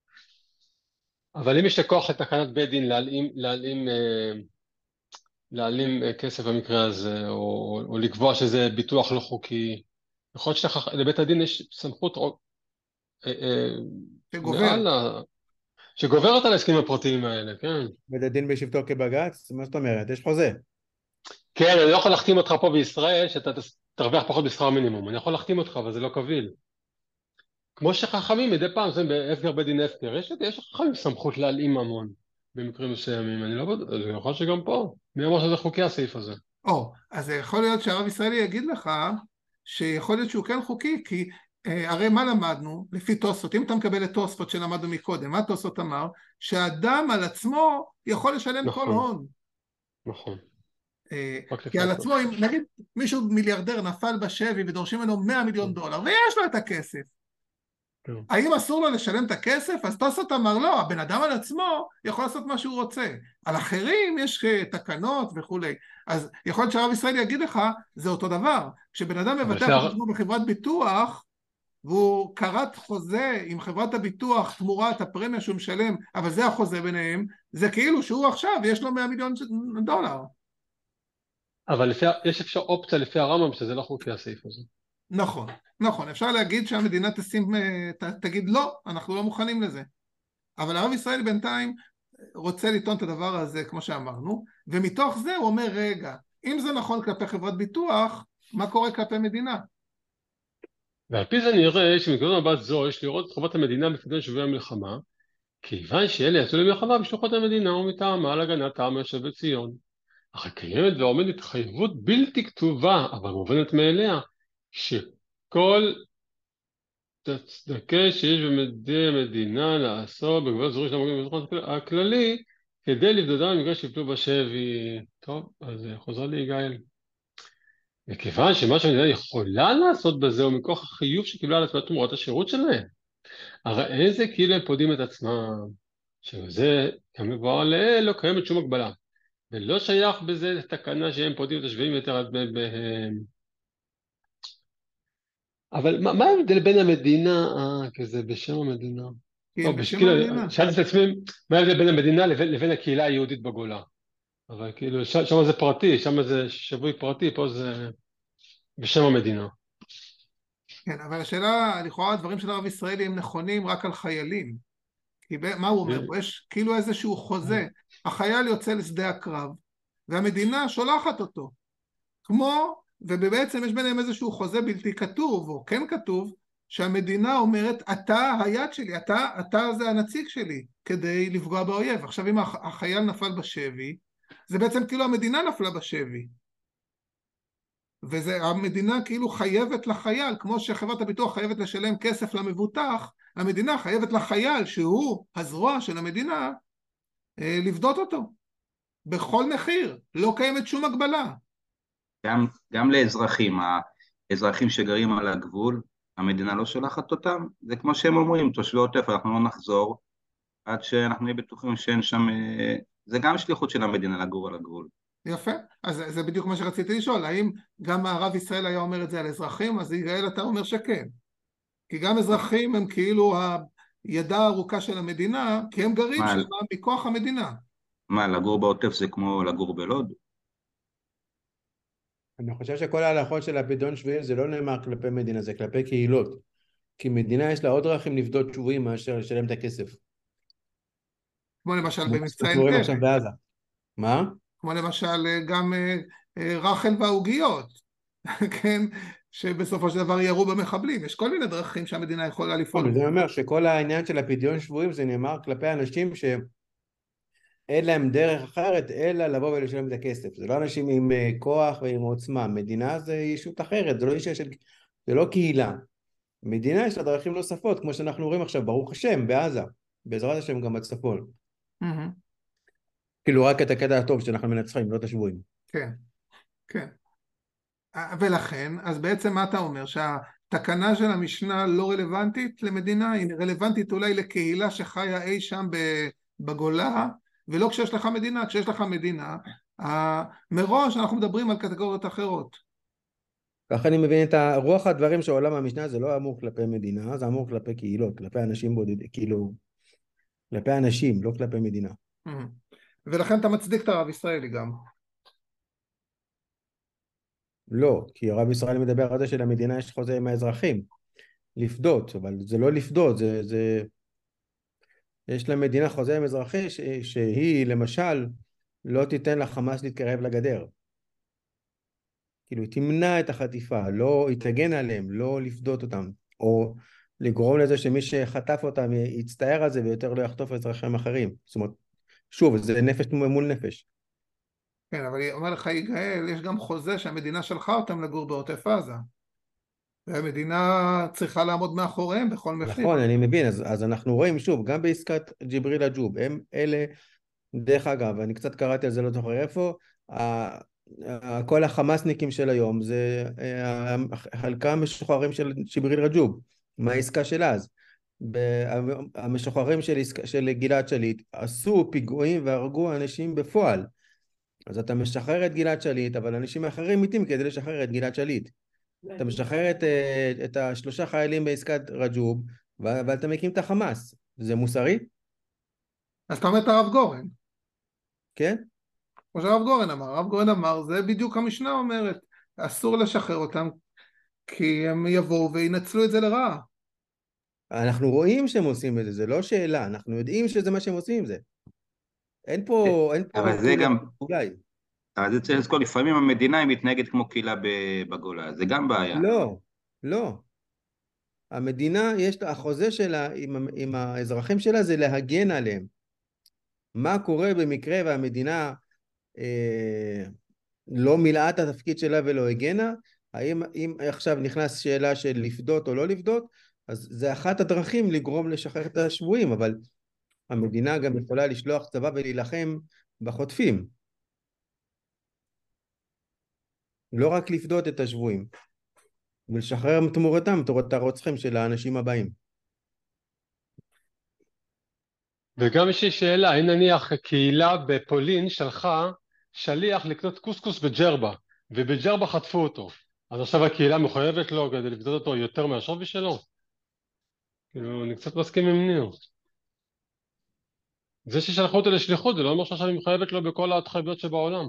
אבל אם יש לכוח לתקנת בית דין להלאים, להלאים, אה, להעלים אה, כסף במקרה הזה, או, או לקבוע שזה ביטוח לא חוקי, יכול להיות שלבית הדין יש סמכות אה, אה, שגובר. מעל ה... שגוברת על ההסכמים הפרטיים האלה, כן. בית הדין בשבתו כבג"ץ, מה זאת אומרת? יש חוזה. כן, אני לא יכול להחתים אותך פה בישראל שאתה תרוויח פחות בשכר מינימום, אני יכול להחתים אותך, אבל זה לא קביל. כמו שחכמים מדי פעם, זה בהפקר בית דין הפקר, יש, יש חכמים סמכות להלאים ממון במקרים מסוימים, אני לא בטוח, זה יכול שגם פה, מי אמר שזה חוקי הסעיף הזה? או, אז יכול להיות שהרב ישראלי יגיד לך שיכול להיות שהוא כן חוקי, כי אה, הרי מה למדנו לפי תוספות, אם אתה מקבל את תוספות שלמדנו מקודם, מה תוספות אמר? שהאדם על עצמו יכול לשלם נכון. כל הון. נכון. אה, רק כי לפי על התוספות. עצמו, אם נגיד מישהו מיליארדר נפל בשבי ודורשים ממנו מאה מיליון דולר, ויש לו את הכסף. כן. האם אסור לו לשלם את הכסף? אז תוספות אמר לא, הבן אדם על עצמו יכול לעשות מה שהוא רוצה. על אחרים יש תקנות וכולי. אז יכול להיות שהרב ישראלי יגיד לך, זה אותו דבר. כשבן אדם אבל מבטח זה- את עצמו בחברת ביטוח, והוא קראת חוזה עם חברת הביטוח תמורת הפרמיה שהוא משלם, אבל זה החוזה ביניהם, זה כאילו שהוא עכשיו יש לו מאה מיליון דולר. אבל לפי, יש אפשר אופציה לפי הרמב"ם שזה לא חוקי הסעיף הזה. נכון, נכון, אפשר להגיד שהמדינה תשים, ת, תגיד לא, אנחנו לא מוכנים לזה. אבל הרב ישראל בינתיים רוצה לטעון את הדבר הזה, כמו שאמרנו, ומתוך זה הוא אומר, רגע, אם זה נכון כלפי חברת ביטוח, מה קורה כלפי מדינה? ועל פי זה נראה שמנקודת מבט זו יש לראות את חובת המדינה בפדיון שבויי המלחמה, כיוון שאלה יצאו למלחמה בשלוחות המדינה ומטעמה על הגנת העם היושב בציון. אך קיימת ועומדת התחייבות בלתי כתובה, אבל מובנת מאליה, שכל תצדקה שיש במדי המדינה לעשות בגבולות זורים של המוגים בזמן הכללי, כדי לבדודם במקרה שיפלו בשבי. טוב, אז חוזר לי יגאל. מכיוון שמה שהמדינה יכולה לעשות בזה הוא מכוח החיוב שקיבלה על עצמה תמורת השירות שלהם. הרי איזה כאילו הם פודים את עצמם, שזה, כמובן לעיל, לא קיימת שום הגבלה. ולא שייך בזה לתקנה שהם פודים את השבעים יותר עד בהם. אבל מה, מה ההבדל בין המדינה, אה, כזה בשם המדינה? כי טוב, הם בשם בשביל, המדינה. שאלתי את עצמי, מה ההבדל בין המדינה לבין, לבין הקהילה היהודית בגולה? אבל כאילו, ש, שם זה פרטי, שם זה שבוי פרטי, פה זה בשם המדינה. כן, אבל השאלה, לכאורה הדברים של הרב ישראלי הם נכונים רק על חיילים. כי ב- מה הוא אומר פה? יש כאילו איזשהו חוזה. החייל יוצא לשדה הקרב, והמדינה שולחת אותו. כמו, ובעצם יש ביניהם איזשהו חוזה בלתי כתוב, או כן כתוב, שהמדינה אומרת, אתה היד שלי, אתה, אתה זה הנציג שלי, כדי לפגוע באויב. עכשיו אם הח- החייל נפל בשבי, זה בעצם כאילו המדינה נפלה בשבי. והמדינה כאילו חייבת לחייל, כמו שחברת הביטוח חייבת לשלם כסף למבוטח, המדינה חייבת לחייל, שהוא הזרוע של המדינה, לבדות אותו. בכל מחיר, לא קיימת שום הגבלה. גם, גם לאזרחים, האזרחים שגרים על הגבול, המדינה לא שולחת אותם, זה כמו שהם אומרים, תושבי עוטף, אנחנו לא נחזור, עד שאנחנו נהיה בטוחים שאין שם, זה גם שליחות של המדינה לגור על הגבול. יפה, אז זה, זה בדיוק מה שרציתי לשאול, האם גם הרב ישראל היה אומר את זה על אזרחים, אז יגאל אתה אומר שכן. כי גם אזרחים הם כאילו הידה הארוכה של המדינה, כי הם גרים מה, שם מכוח המדינה. מה, לגור בעוטף זה כמו לגור בלוד? אני חושב שכל ההלכות של הפדיון שבויים זה לא נאמר כלפי מדינה, זה כלפי קהילות. כי מדינה יש לה עוד דרכים לפדות שבויים מאשר לשלם את הכסף. כמו למשל כמו במבצע שאנחנו רואים עכשיו אנטבה. בעזה. מה? כמו למשל גם רחל והעוגיות, כן? שבסופו של דבר ירו במחבלים. יש כל מיני דרכים שהמדינה יכולה לפעול. זה אומר שכל העניין של הפדיון שבויים זה נאמר כלפי אנשים שאין להם דרך אחרת אלא לבוא ולשלם את הכסף. זה לא אנשים עם כוח ועם עוצמה. מדינה זה ישות אחרת, זה לא אישה של... זה לא קהילה. מדינה יש לה דרכים נוספות, כמו שאנחנו רואים עכשיו, ברוך השם, בעזה. בעזרת השם גם בצפון. כאילו רק את הקטע הטוב שאנחנו מנצחים, לא את השבויים. כן, כן. ולכן, אז בעצם מה אתה אומר? שהתקנה של המשנה לא רלוונטית למדינה, היא רלוונטית אולי לקהילה שחיה אי שם בגולה, ולא כשיש לך מדינה. כשיש לך מדינה, מראש אנחנו מדברים על קטגוריות אחרות. ככה אני מבין את רוח הדברים שעולם המשנה זה לא אמור כלפי מדינה, זה אמור כלפי קהילות, כלפי אנשים בודדים, כאילו, כלפי אנשים, לא כלפי מדינה. ולכן אתה מצדיק את הרב ישראלי גם. לא, כי הרב ישראל מדבר על זה שלמדינה יש חוזה עם האזרחים, לפדות, אבל זה לא לפדות, זה, זה... יש למדינה חוזה עם אזרחי ש... שהיא למשל לא תיתן לחמאס להתקרב לגדר. כאילו היא תמנע את החטיפה, לא, היא תגן עליהם, לא לפדות אותם, או לגרום לזה שמי שחטף אותם יצטער על זה ויותר לא יחטוף אזרחים אחרים. זאת אומרת, שוב, זה נפש מול נפש. כן, אבל היא אומר לך יגאל, יש גם חוזה שהמדינה שלחה אותם לגור בעוטף עזה. והמדינה צריכה לעמוד מאחוריהם בכל מחיר. נכון, אני מבין, אז, אז אנחנו רואים שוב, גם בעסקת ג'יבריל רג'וב, הם אלה, דרך אגב, אני קצת קראתי על זה, לא זוכר איפה, כל החמאסניקים של היום, זה חלקם משוחררים של ג'יבריל רג'וב, מהעסקה של אז. המשוחררים של, של גלעד שליט עשו פיגועים והרגו אנשים בפועל. אז אתה משחרר את גלעד שליט, אבל אנשים אחרים מתים כדי לשחרר את גלעד שליט. אתה משחרר את, את השלושה חיילים בעסקת רג'וב, ואתה מקים את החמאס. זה מוסרי? אז אתה אומר את הרב גורן. כן? כמו שהרב גורן אמר. הרב גורן אמר, זה בדיוק המשנה אומרת. אסור לשחרר אותם, כי הם יבואו וינצלו את זה לרעה. אנחנו רואים שהם עושים את זה, זה לא שאלה. אנחנו יודעים שזה מה שהם עושים עם זה. אין פה... אין פה אבל זה גם... אולי. אבל זה צריך לזכור, לפעמים המדינה היא מתנהגת כמו קהילה בגולה, זה גם בעיה. לא, לא. המדינה, יש לה, החוזה שלה עם, עם האזרחים שלה זה להגן עליהם. מה קורה במקרה והמדינה אה, לא מילאה את התפקיד שלה ולא הגנה, האם אם עכשיו נכנס שאלה של לפדות או לא לפדות, אז זה אחת הדרכים לגרום לשחרר את השבויים, אבל המדינה גם יכולה לשלוח צבא ולהילחם בחוטפים. לא רק לפדות את השבויים, ולשחרר תמורתם, תמורת הרוצחים של האנשים הבאים. וגם יש לי שאלה, האם נניח קהילה בפולין שלחה שליח לקנות קוסקוס בג'רבה, ובג'רבה חטפו אותו, אז עכשיו הקהילה מחויבת לו כדי לבדות אותו יותר מהשווי שלו? כאילו, אני קצת מסכים עם ניר. זה ששלחו אותו לשליחות, זה לא אומר שעכשיו היא מחויבת לו בכל ההתחייבויות שבעולם.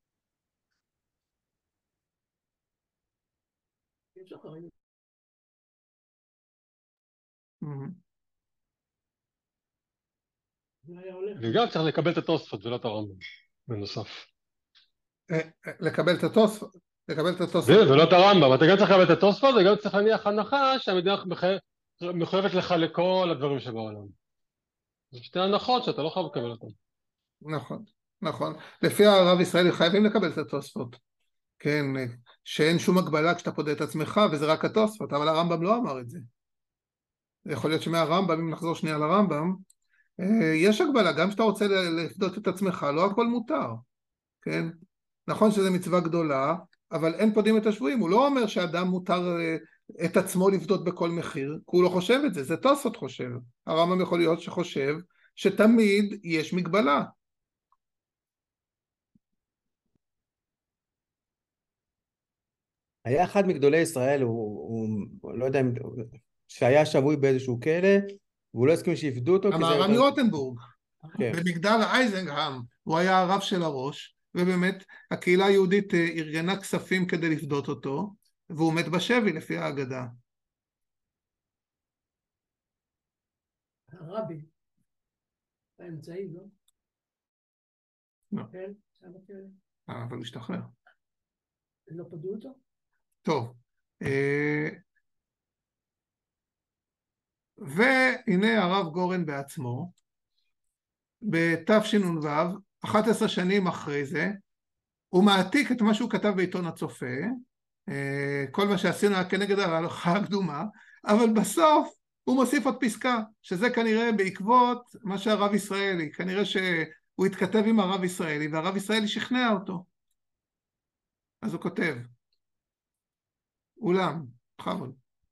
וגם צריך לקבל את התוספות ולא את הרמב"ם, בנוסף. לקבל את התוספות, לקבל את התוספות. זה, ולא את הרמב"ם, אתה גם צריך לקבל את התוספות, וגם צריך להניח הנחה שהמדינה מחויבת לך לכל הדברים שבעולם. זה שתי הנחות שאתה לא חייב לקבל אותן. נכון, נכון. לפי הרב ישראלי חייבים לקבל את התוספות. כן, שאין שום הגבלה כשאתה פודה את עצמך, וזה רק התוספות, אבל הרמב"ם לא אמר את זה. יכול להיות שמהרמב"ם, אם נחזור שנייה לרמב"ם, יש הגבלה, גם שאתה רוצה לפדות את עצמך, לא הכל מותר. כן? נכון שזה מצווה גדולה, אבל אין פודים את השבויים. הוא לא אומר שאדם מותר את עצמו לפדות בכל מחיר, כי הוא לא חושב את זה, זה תוספות חושב. הרמב"ם יכול להיות שחושב שתמיד יש מגבלה. היה אחד מגדולי ישראל, הוא, הוא לא יודע אם, שהיה שבוי באיזשהו כלא, והוא לא הסכים שיפדו אותו. המהר"ם מרוטנבורג, כן. במגדל אייזנגהם, הוא היה הרב של הראש, ובאמת הקהילה היהודית ארגנה כספים כדי לפדות אותו, והוא מת בשבי לפי האגדה. הרבי, באמצעי, לא? לא. כן, שם הכלא. אבל הוא השתחרר. לא פדו אותו? טוב. והנה הרב גורן בעצמו, בתשנ"ו, אחת עשרה שנים אחרי זה, הוא מעתיק את מה שהוא כתב בעיתון הצופה, כל מה שעשינו היה כנגד ההלכה הקדומה, אבל בסוף הוא מוסיף עוד פסקה, שזה כנראה בעקבות מה שהרב ישראלי, כנראה שהוא התכתב עם הרב ישראלי, והרב ישראלי שכנע אותו. אז הוא כותב, אולם, חבוד.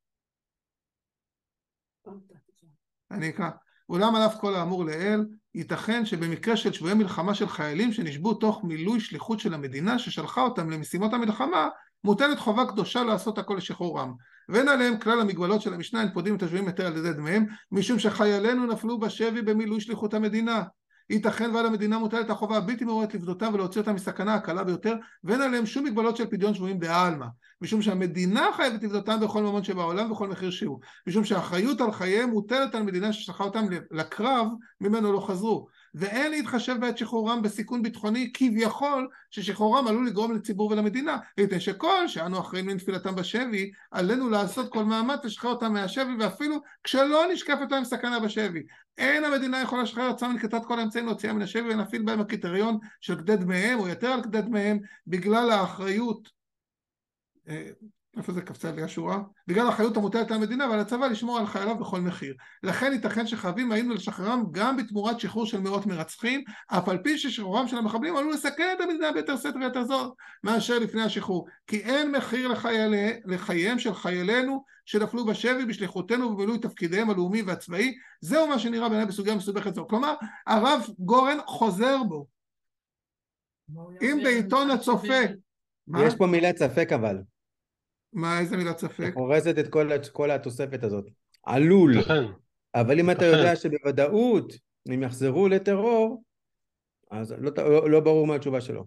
אני אקרא. אולם על אף כל האמור לעיל, ייתכן שבמקרה של שבויי מלחמה של חיילים שנשבו תוך מילוי שליחות של המדינה ששלחה אותם למשימות המלחמה, מוטלת חובה קדושה לעשות הכל לשחרורם. ואין עליהם כלל המגבלות של המשנה, הם פודים את השבויים יותר על ידי דמיהם, משום שחיילינו נפלו בשבי במילוי שליחות המדינה. ייתכן ועל המדינה מוטלת החובה הבלתי מעוררת לפדותם ולהוציא אותם מסכנה הקלה ביותר, ואין עליהם שום מגבלות של פדיון שבויים בעלמא, משום שהמדינה חייבת לפדותם בכל ממון שבעולם ובכל מחיר שהוא, משום שהאחריות על חייהם מוטלת על מדינה ששלחה אותם לקרב ממנו לא חזרו, ואין להתחשב בעת שחרורם בסיכון ביטחוני כביכול ששחרורם עלול לגרום לציבור ולמדינה, מפני שכל שאנו אחראים לנפילתם בשבי עלינו לעשות כל מאמץ לשחרר אותם מהשבי, ואפילו כשלא נשקפת להם סכנה בשבי. אין המדינה יכולה לשחרר עצמה מנקטת כל האמצעים להוציאה מן השבי ונפעיל בהם הקריטריון של כדי דמיהם או יותר על כדי דמיהם בגלל האחריות, איפה זה קפצה לי השורה? בגלל האחריות המוטלת על המדינה ועל הצבא לשמור על חייליו בכל מחיר. לכן ייתכן שחייבים היינו לשחררם גם בתמורת שחרור של מאות מרצחים, אף על פי ששחרורם של המחבלים עלול לסכן את המדינה ביתר שאת ויותר זול מאשר לפני השחרור, כי אין מחיר לחיילי, לחייהם של חיילינו שנפלו בשבי בשליחותנו ובמילוי תפקידיהם הלאומי והצבאי. זהו מה שנראה בעיניי בסוגיה מסובכת זו. כלומר, הרב גורן חוזר בו. אם בעיתון הצופה, יש פה מילת ספק אבל. מה, איזה מילת ספק? הורסת את כל, כל התוספת הזאת. עלול. לכן. אבל אם אתה לכן. יודע שבוודאות אם יחזרו לטרור, אז לא, לא, לא ברור מה התשובה שלו.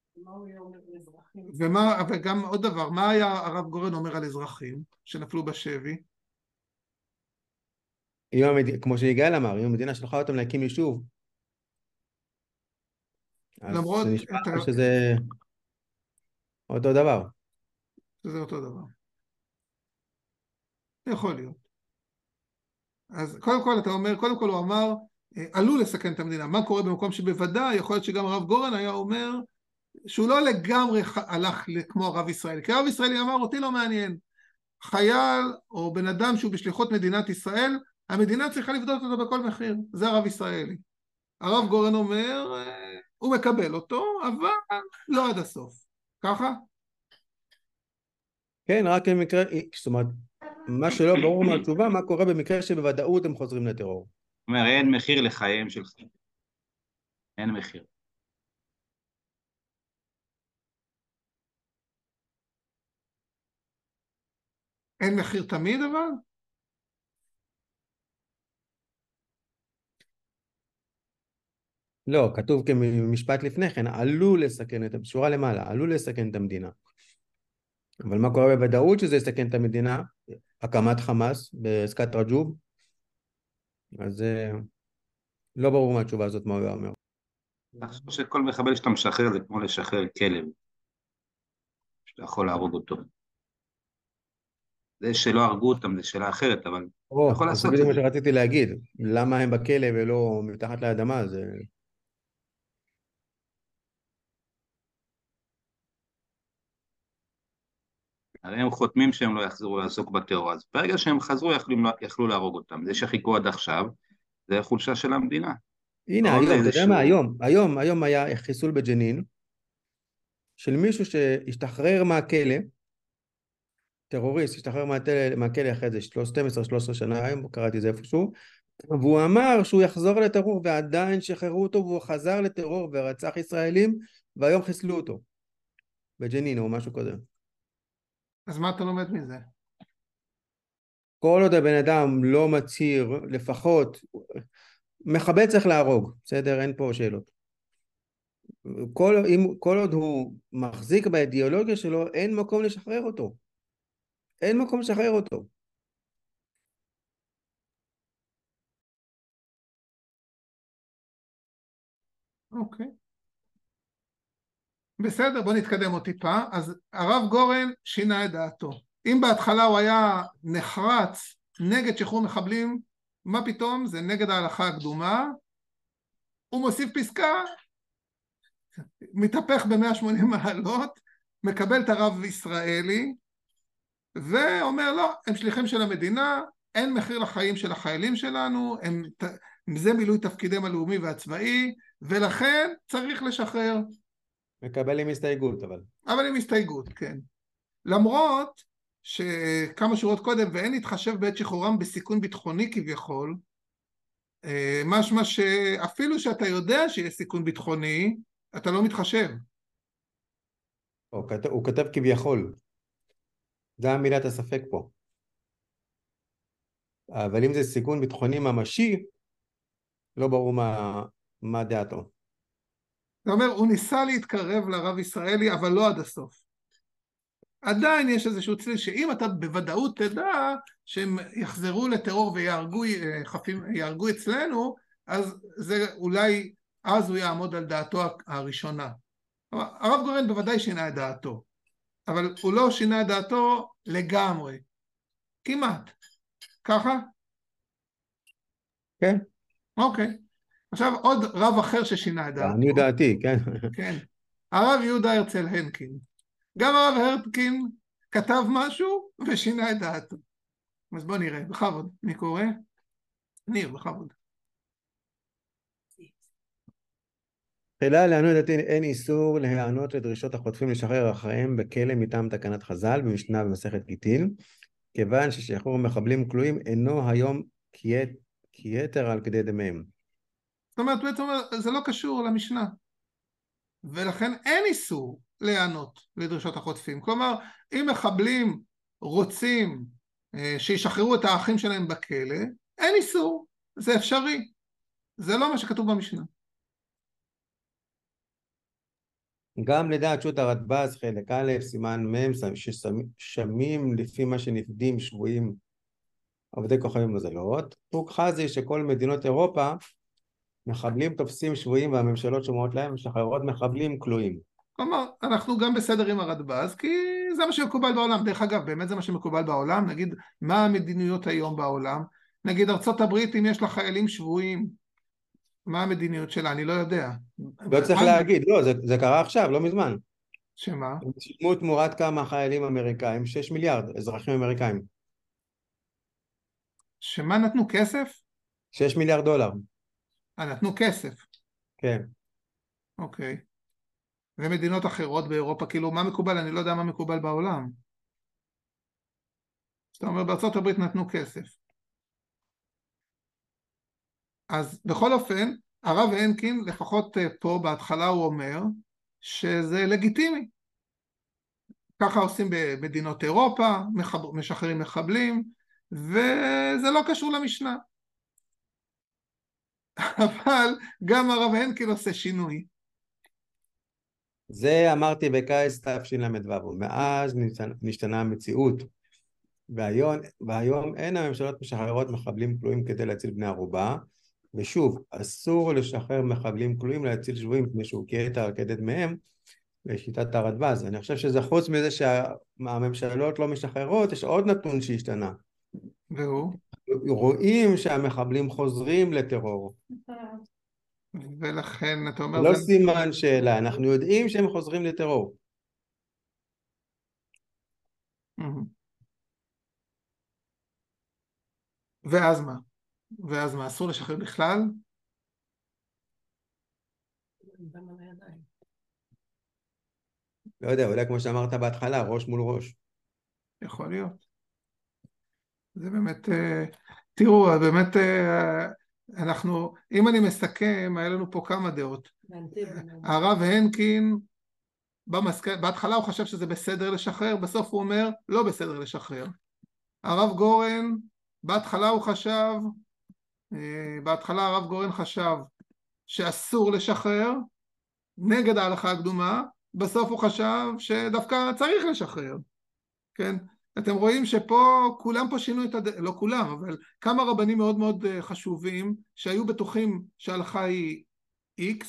ומה, וגם עוד דבר, מה היה הרב גורן אומר על אזרחים שנפלו בשבי? המד... כמו שיגאל אמר, אם המדינה שלחה אותם להקים יישוב, למרות זה נשמע אתה... שזה אותו דבר. שזה אותו דבר. יכול להיות. אז קודם כל אתה אומר, קודם כל הוא אמר, עלול לסכן את המדינה. מה קורה במקום שבוודאי, יכול להיות שגם הרב גורן היה אומר, שהוא לא לגמרי הלך כמו הרב ישראלי, כי הרב ישראלי אמר אותי לא מעניין, חייל או בן אדם שהוא בשליחות מדינת ישראל, המדינה צריכה לבדוק אותו בכל מחיר, זה הרב ישראלי. הרב גורן אומר, הוא מקבל אותו, אבל לא עד הסוף. ככה? כן, רק במקרה, זאת אומרת, מה שלא ברור מהתשובה, מה קורה במקרה שבוודאות הם חוזרים לטרור. זאת אומרת, אין מחיר לחייהם של חיים. אין מחיר. אין מחיר תמיד אבל? לא, כתוב כמשפט לפני כן, עלול לסכן את, שורה למעלה, עלול לסכן את המדינה. אבל מה קורה בוודאות שזה יסכן את המדינה? הקמת חמאס בעסקת רג'וב? אז לא ברור מהתשובה הזאת מה הוא אומר. תחשוב שכל מחבל שאתה משחרר זה כמו לשחרר כלב, שאתה יכול להרוג אותו. זה שלא הרגו אותם זה שאלה אחרת, אבל אתה יכול לעשות את זה. זה מה שרציתי להגיד, למה הם בכלא ולא מתחת לאדמה, זה... הרי הם חותמים שהם לא יחזרו לעסוק בטרור, אז ברגע שהם חזרו יכלו, יכלו להרוג אותם. זה שחיכו עד עכשיו, זה חולשה של המדינה. הנה, היום, אתה יודע מה, היום, היום, היום היה חיסול בג'נין, של מישהו שהשתחרר מהכלא, טרוריסט, השתחרר מהכלא אחרי זה שתים עשרה שלוש עשרה שנה, היום קראתי את זה איפשהו, והוא אמר שהוא יחזור לטרור, ועדיין שחררו אותו, והוא חזר לטרור ורצח ישראלים, והיום חיסלו אותו, בג'נין או משהו כזה. אז מה אתה לומד מזה? כל עוד הבן אדם לא מצהיר, לפחות, מחבל צריך להרוג, בסדר? אין פה שאלות. כל, אם, כל עוד הוא מחזיק באידיאולוגיה שלו, אין מקום לשחרר אותו. אין מקום לשחרר אותו. אוקיי. בסדר, בוא נתקדם עוד טיפה. אז הרב גורן שינה את דעתו. אם בהתחלה הוא היה נחרץ נגד שחרור מחבלים, מה פתאום? זה נגד ההלכה הקדומה. הוא מוסיף פסקה, מתהפך ב-מאה ושמונים מעלות, מקבל את הרב ישראלי, ואומר לא, הם שליחים של המדינה, אין מחיר לחיים של החיילים שלנו, הם, זה מילוי תפקידם הלאומי והצבאי, ולכן צריך לשחרר. מקבל עם הסתייגות, אבל. אבל עם הסתייגות, כן. למרות שכמה שורות קודם, ואין להתחשב בעת שחרורם בסיכון ביטחוני כביכול, משמע שאפילו שאתה יודע שיש סיכון ביטחוני, אתה לא מתחשב. הוא כתב, הוא כתב כביכול. זה מילת הספק פה. אבל אם זה סיכון ביטחוני ממשי, לא ברור מה, מה דעתו. זאת אומרת, הוא ניסה להתקרב לרב ישראלי, אבל לא עד הסוף. עדיין יש איזשהו צליל שאם אתה בוודאות תדע שהם יחזרו לטרור ויהרגו חפים, יהרגו אצלנו, אז זה אולי, אז הוא יעמוד על דעתו הראשונה. הרב גורן בוודאי שינה את דעתו, אבל הוא לא שינה את דעתו לגמרי. כמעט. ככה? כן. אוקיי. עכשיו עוד רב אחר ששינה את דעתו. אני דעתי, כן. כן. הרב יהודה הרצל הנקין. גם הרב הרצקין כתב משהו ושינה את דעתו. אז בוא נראה, בכבוד. מי קורא? ניר, בכבוד. תחילה לעניות דעתי אין איסור להיענות לדרישות החוטפים לשחרר אחריהם בכלא מטעם תקנת חז"ל במשנה במסכת גיטין, כיוון ששחרור מחבלים כלואים אינו היום כיתר על כדי דמיהם. זאת אומרת, בעצם זה לא קשור למשנה, ולכן אין איסור להיענות לדרישות החוטפים. כלומר, אם מחבלים רוצים שישחררו את האחים שלהם בכלא, אין איסור, זה אפשרי. זה לא מה שכתוב במשנה. גם לדעת שו"ת הרדב"ז חלק א' סימן מ' ששמים לפי מה שנפדים שבויים עובדי כוכבים מזלות, פוק חזי שכל מדינות אירופה מחבלים תופסים שבויים והממשלות שומעות להם משחררות מחבלים כלואים. כלומר, אנחנו גם בסדר עם הרדב"ז, כי זה מה שמקובל בעולם. דרך אגב, באמת זה מה שמקובל בעולם. נגיד, מה המדיניות היום בעולם? נגיד, ארצות הברית, אם יש לה חיילים שבויים, מה המדיניות שלה? אני לא יודע. לא צריך מה- להגיד, לא, זה, זה קרה עכשיו, לא מזמן. שמה? הם שילמו תמורת כמה חיילים אמריקאים, שש מיליארד אזרחים אמריקאים. שמה נתנו כסף? שש מיליארד דולר, אה, נתנו כסף. כן. אוקיי. ומדינות אחרות באירופה, כאילו, מה מקובל? אני לא יודע מה מקובל בעולם. זאת אומרת, בארצות הברית נתנו כסף. אז בכל אופן, הרב הנקין, לפחות פה בהתחלה הוא אומר, שזה לגיטימי. ככה עושים במדינות אירופה, מחב... משחררים מחבלים, וזה לא קשור למשנה. אבל גם הרב הנקין עושה שינוי. זה אמרתי בקיץ תשל"ו, מאז נשתנה המציאות, והיום, והיום אין הממשלות משחררות מחבלים כלואים כדי להציל בני ערובה, ושוב, אסור לשחרר מחבלים כלואים להציל שבויים מפני שהוקיע את הרקדת מהם לשיטת הרדב"ז. אני חושב שזה חוץ מזה שהממשלות לא משחררות, יש עוד נתון שהשתנה. והוא? רואים שהמחבלים חוזרים לטרור. ולכן אתה אומר... לא זה... סימן שאלה, אנחנו יודעים שהם חוזרים לטרור. ואז מה? ואז מה? אסור לשחרר בכלל? לא יודע, אולי כמו שאמרת בהתחלה, ראש מול ראש. יכול להיות. זה באמת, תראו, באמת, אנחנו, אם אני מסכם, היה לנו פה כמה דעות. הרב הנקין, במסק... בהתחלה הוא חשב שזה בסדר לשחרר, בסוף הוא אומר, לא בסדר לשחרר. הרב גורן, בהתחלה הוא חשב, בהתחלה הרב גורן חשב שאסור לשחרר, נגד ההלכה הקדומה, בסוף הוא חשב שדווקא צריך לשחרר, כן? אתם רואים שפה, כולם פה שינו את הד... לא כולם, אבל כמה רבנים מאוד מאוד חשובים, שהיו בטוחים שההלכה היא X,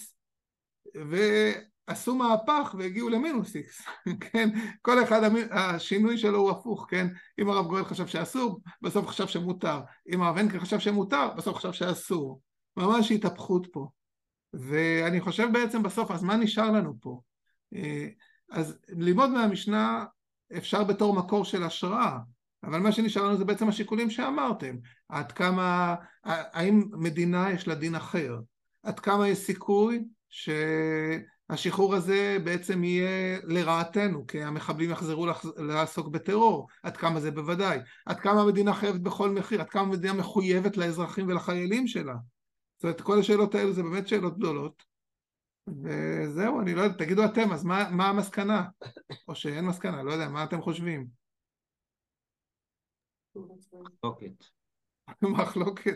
ועשו מהפך והגיעו למינוס X, כן? כל אחד השינוי שלו הוא הפוך, כן? אם הרב גואל חשב שאסור, בסוף חשב שמותר. אם הרב הנקין חשב שמותר, בסוף חשב שאסור. ממש התהפכות פה. ואני חושב בעצם בסוף, אז מה נשאר לנו פה? אז ללמוד מהמשנה אפשר בתור מקור של השראה, אבל מה שנשאר לנו זה בעצם השיקולים שאמרתם. עד כמה, האם מדינה יש לה דין אחר? עד כמה יש סיכוי שהשחרור הזה בעצם יהיה לרעתנו, כי המחבלים יחזרו לעסוק בטרור? עד כמה זה בוודאי? עד כמה המדינה חייבת בכל מחיר? עד כמה המדינה מחויבת לאזרחים ולחיילים שלה? זאת אומרת, כל השאלות האלו זה באמת שאלות גדולות. וזהו, אני לא יודע, תגידו אתם, אז מה, מה המסקנה? או שאין מסקנה, לא יודע, מה אתם חושבים? מחלוקת. מחלוקת.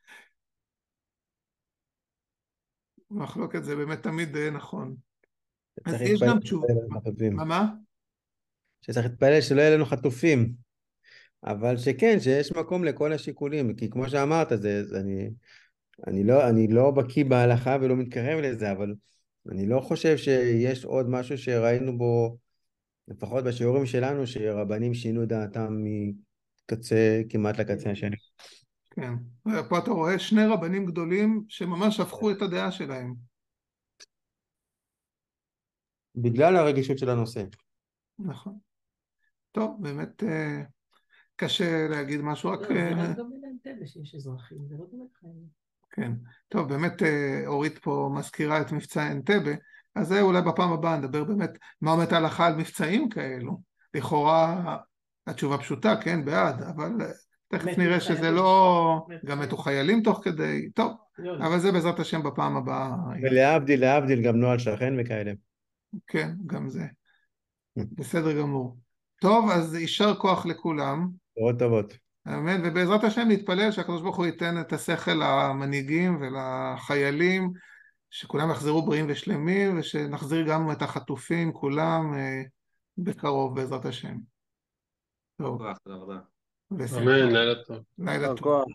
מחלוקת זה באמת תמיד נכון. אז יש גם תשובה. מה, מה? שצריך להתפלל שלא יהיה לנו חטופים, אבל שכן, שיש מקום לכל השיקולים, כי כמו שאמרת, זה, זה אני, אני לא, אני לא בקיא בהלכה ולא מתקרב לזה, אבל אני לא חושב שיש עוד משהו שראינו בו, לפחות בשיעורים שלנו, שרבנים שינו דעתם מקצה כמעט לקצה השני. כן, פה אתה רואה שני רבנים גדולים שממש הפכו את הדעה שלהם. בגלל הרגישות של הנושא. נכון. טוב, באמת קשה להגיד משהו, רק... לא, זה רק דומה לאנטבה שיש אזרחים, זה לא דומה לחיילים. כן, טוב, באמת אורית פה מזכירה את מבצע אנטבה, אז זה אולי בפעם הבאה נדבר באמת מה אומרת ההלכה על מבצעים כאלו. לכאורה התשובה פשוטה, כן, בעד, אבל תכף נראה שזה לא... גם מתו חיילים תוך כדי, טוב, אבל זה בעזרת השם בפעם הבאה. ולהבדיל, להבדיל גם נועל שכן וכאלה. כן, גם זה. בסדר גמור. טוב, אז יישר כוח לכולם. טובות טובות. אמן, ובעזרת השם נתפלל שהקדוש ברוך הוא ייתן את השכל למנהיגים ולחיילים, שכולם יחזרו בריאים ושלמים, ושנחזיר גם את החטופים כולם בקרוב בעזרת השם. טוב. תודה רבה. בסדר. אמן, לילה טוב. לילה טוב.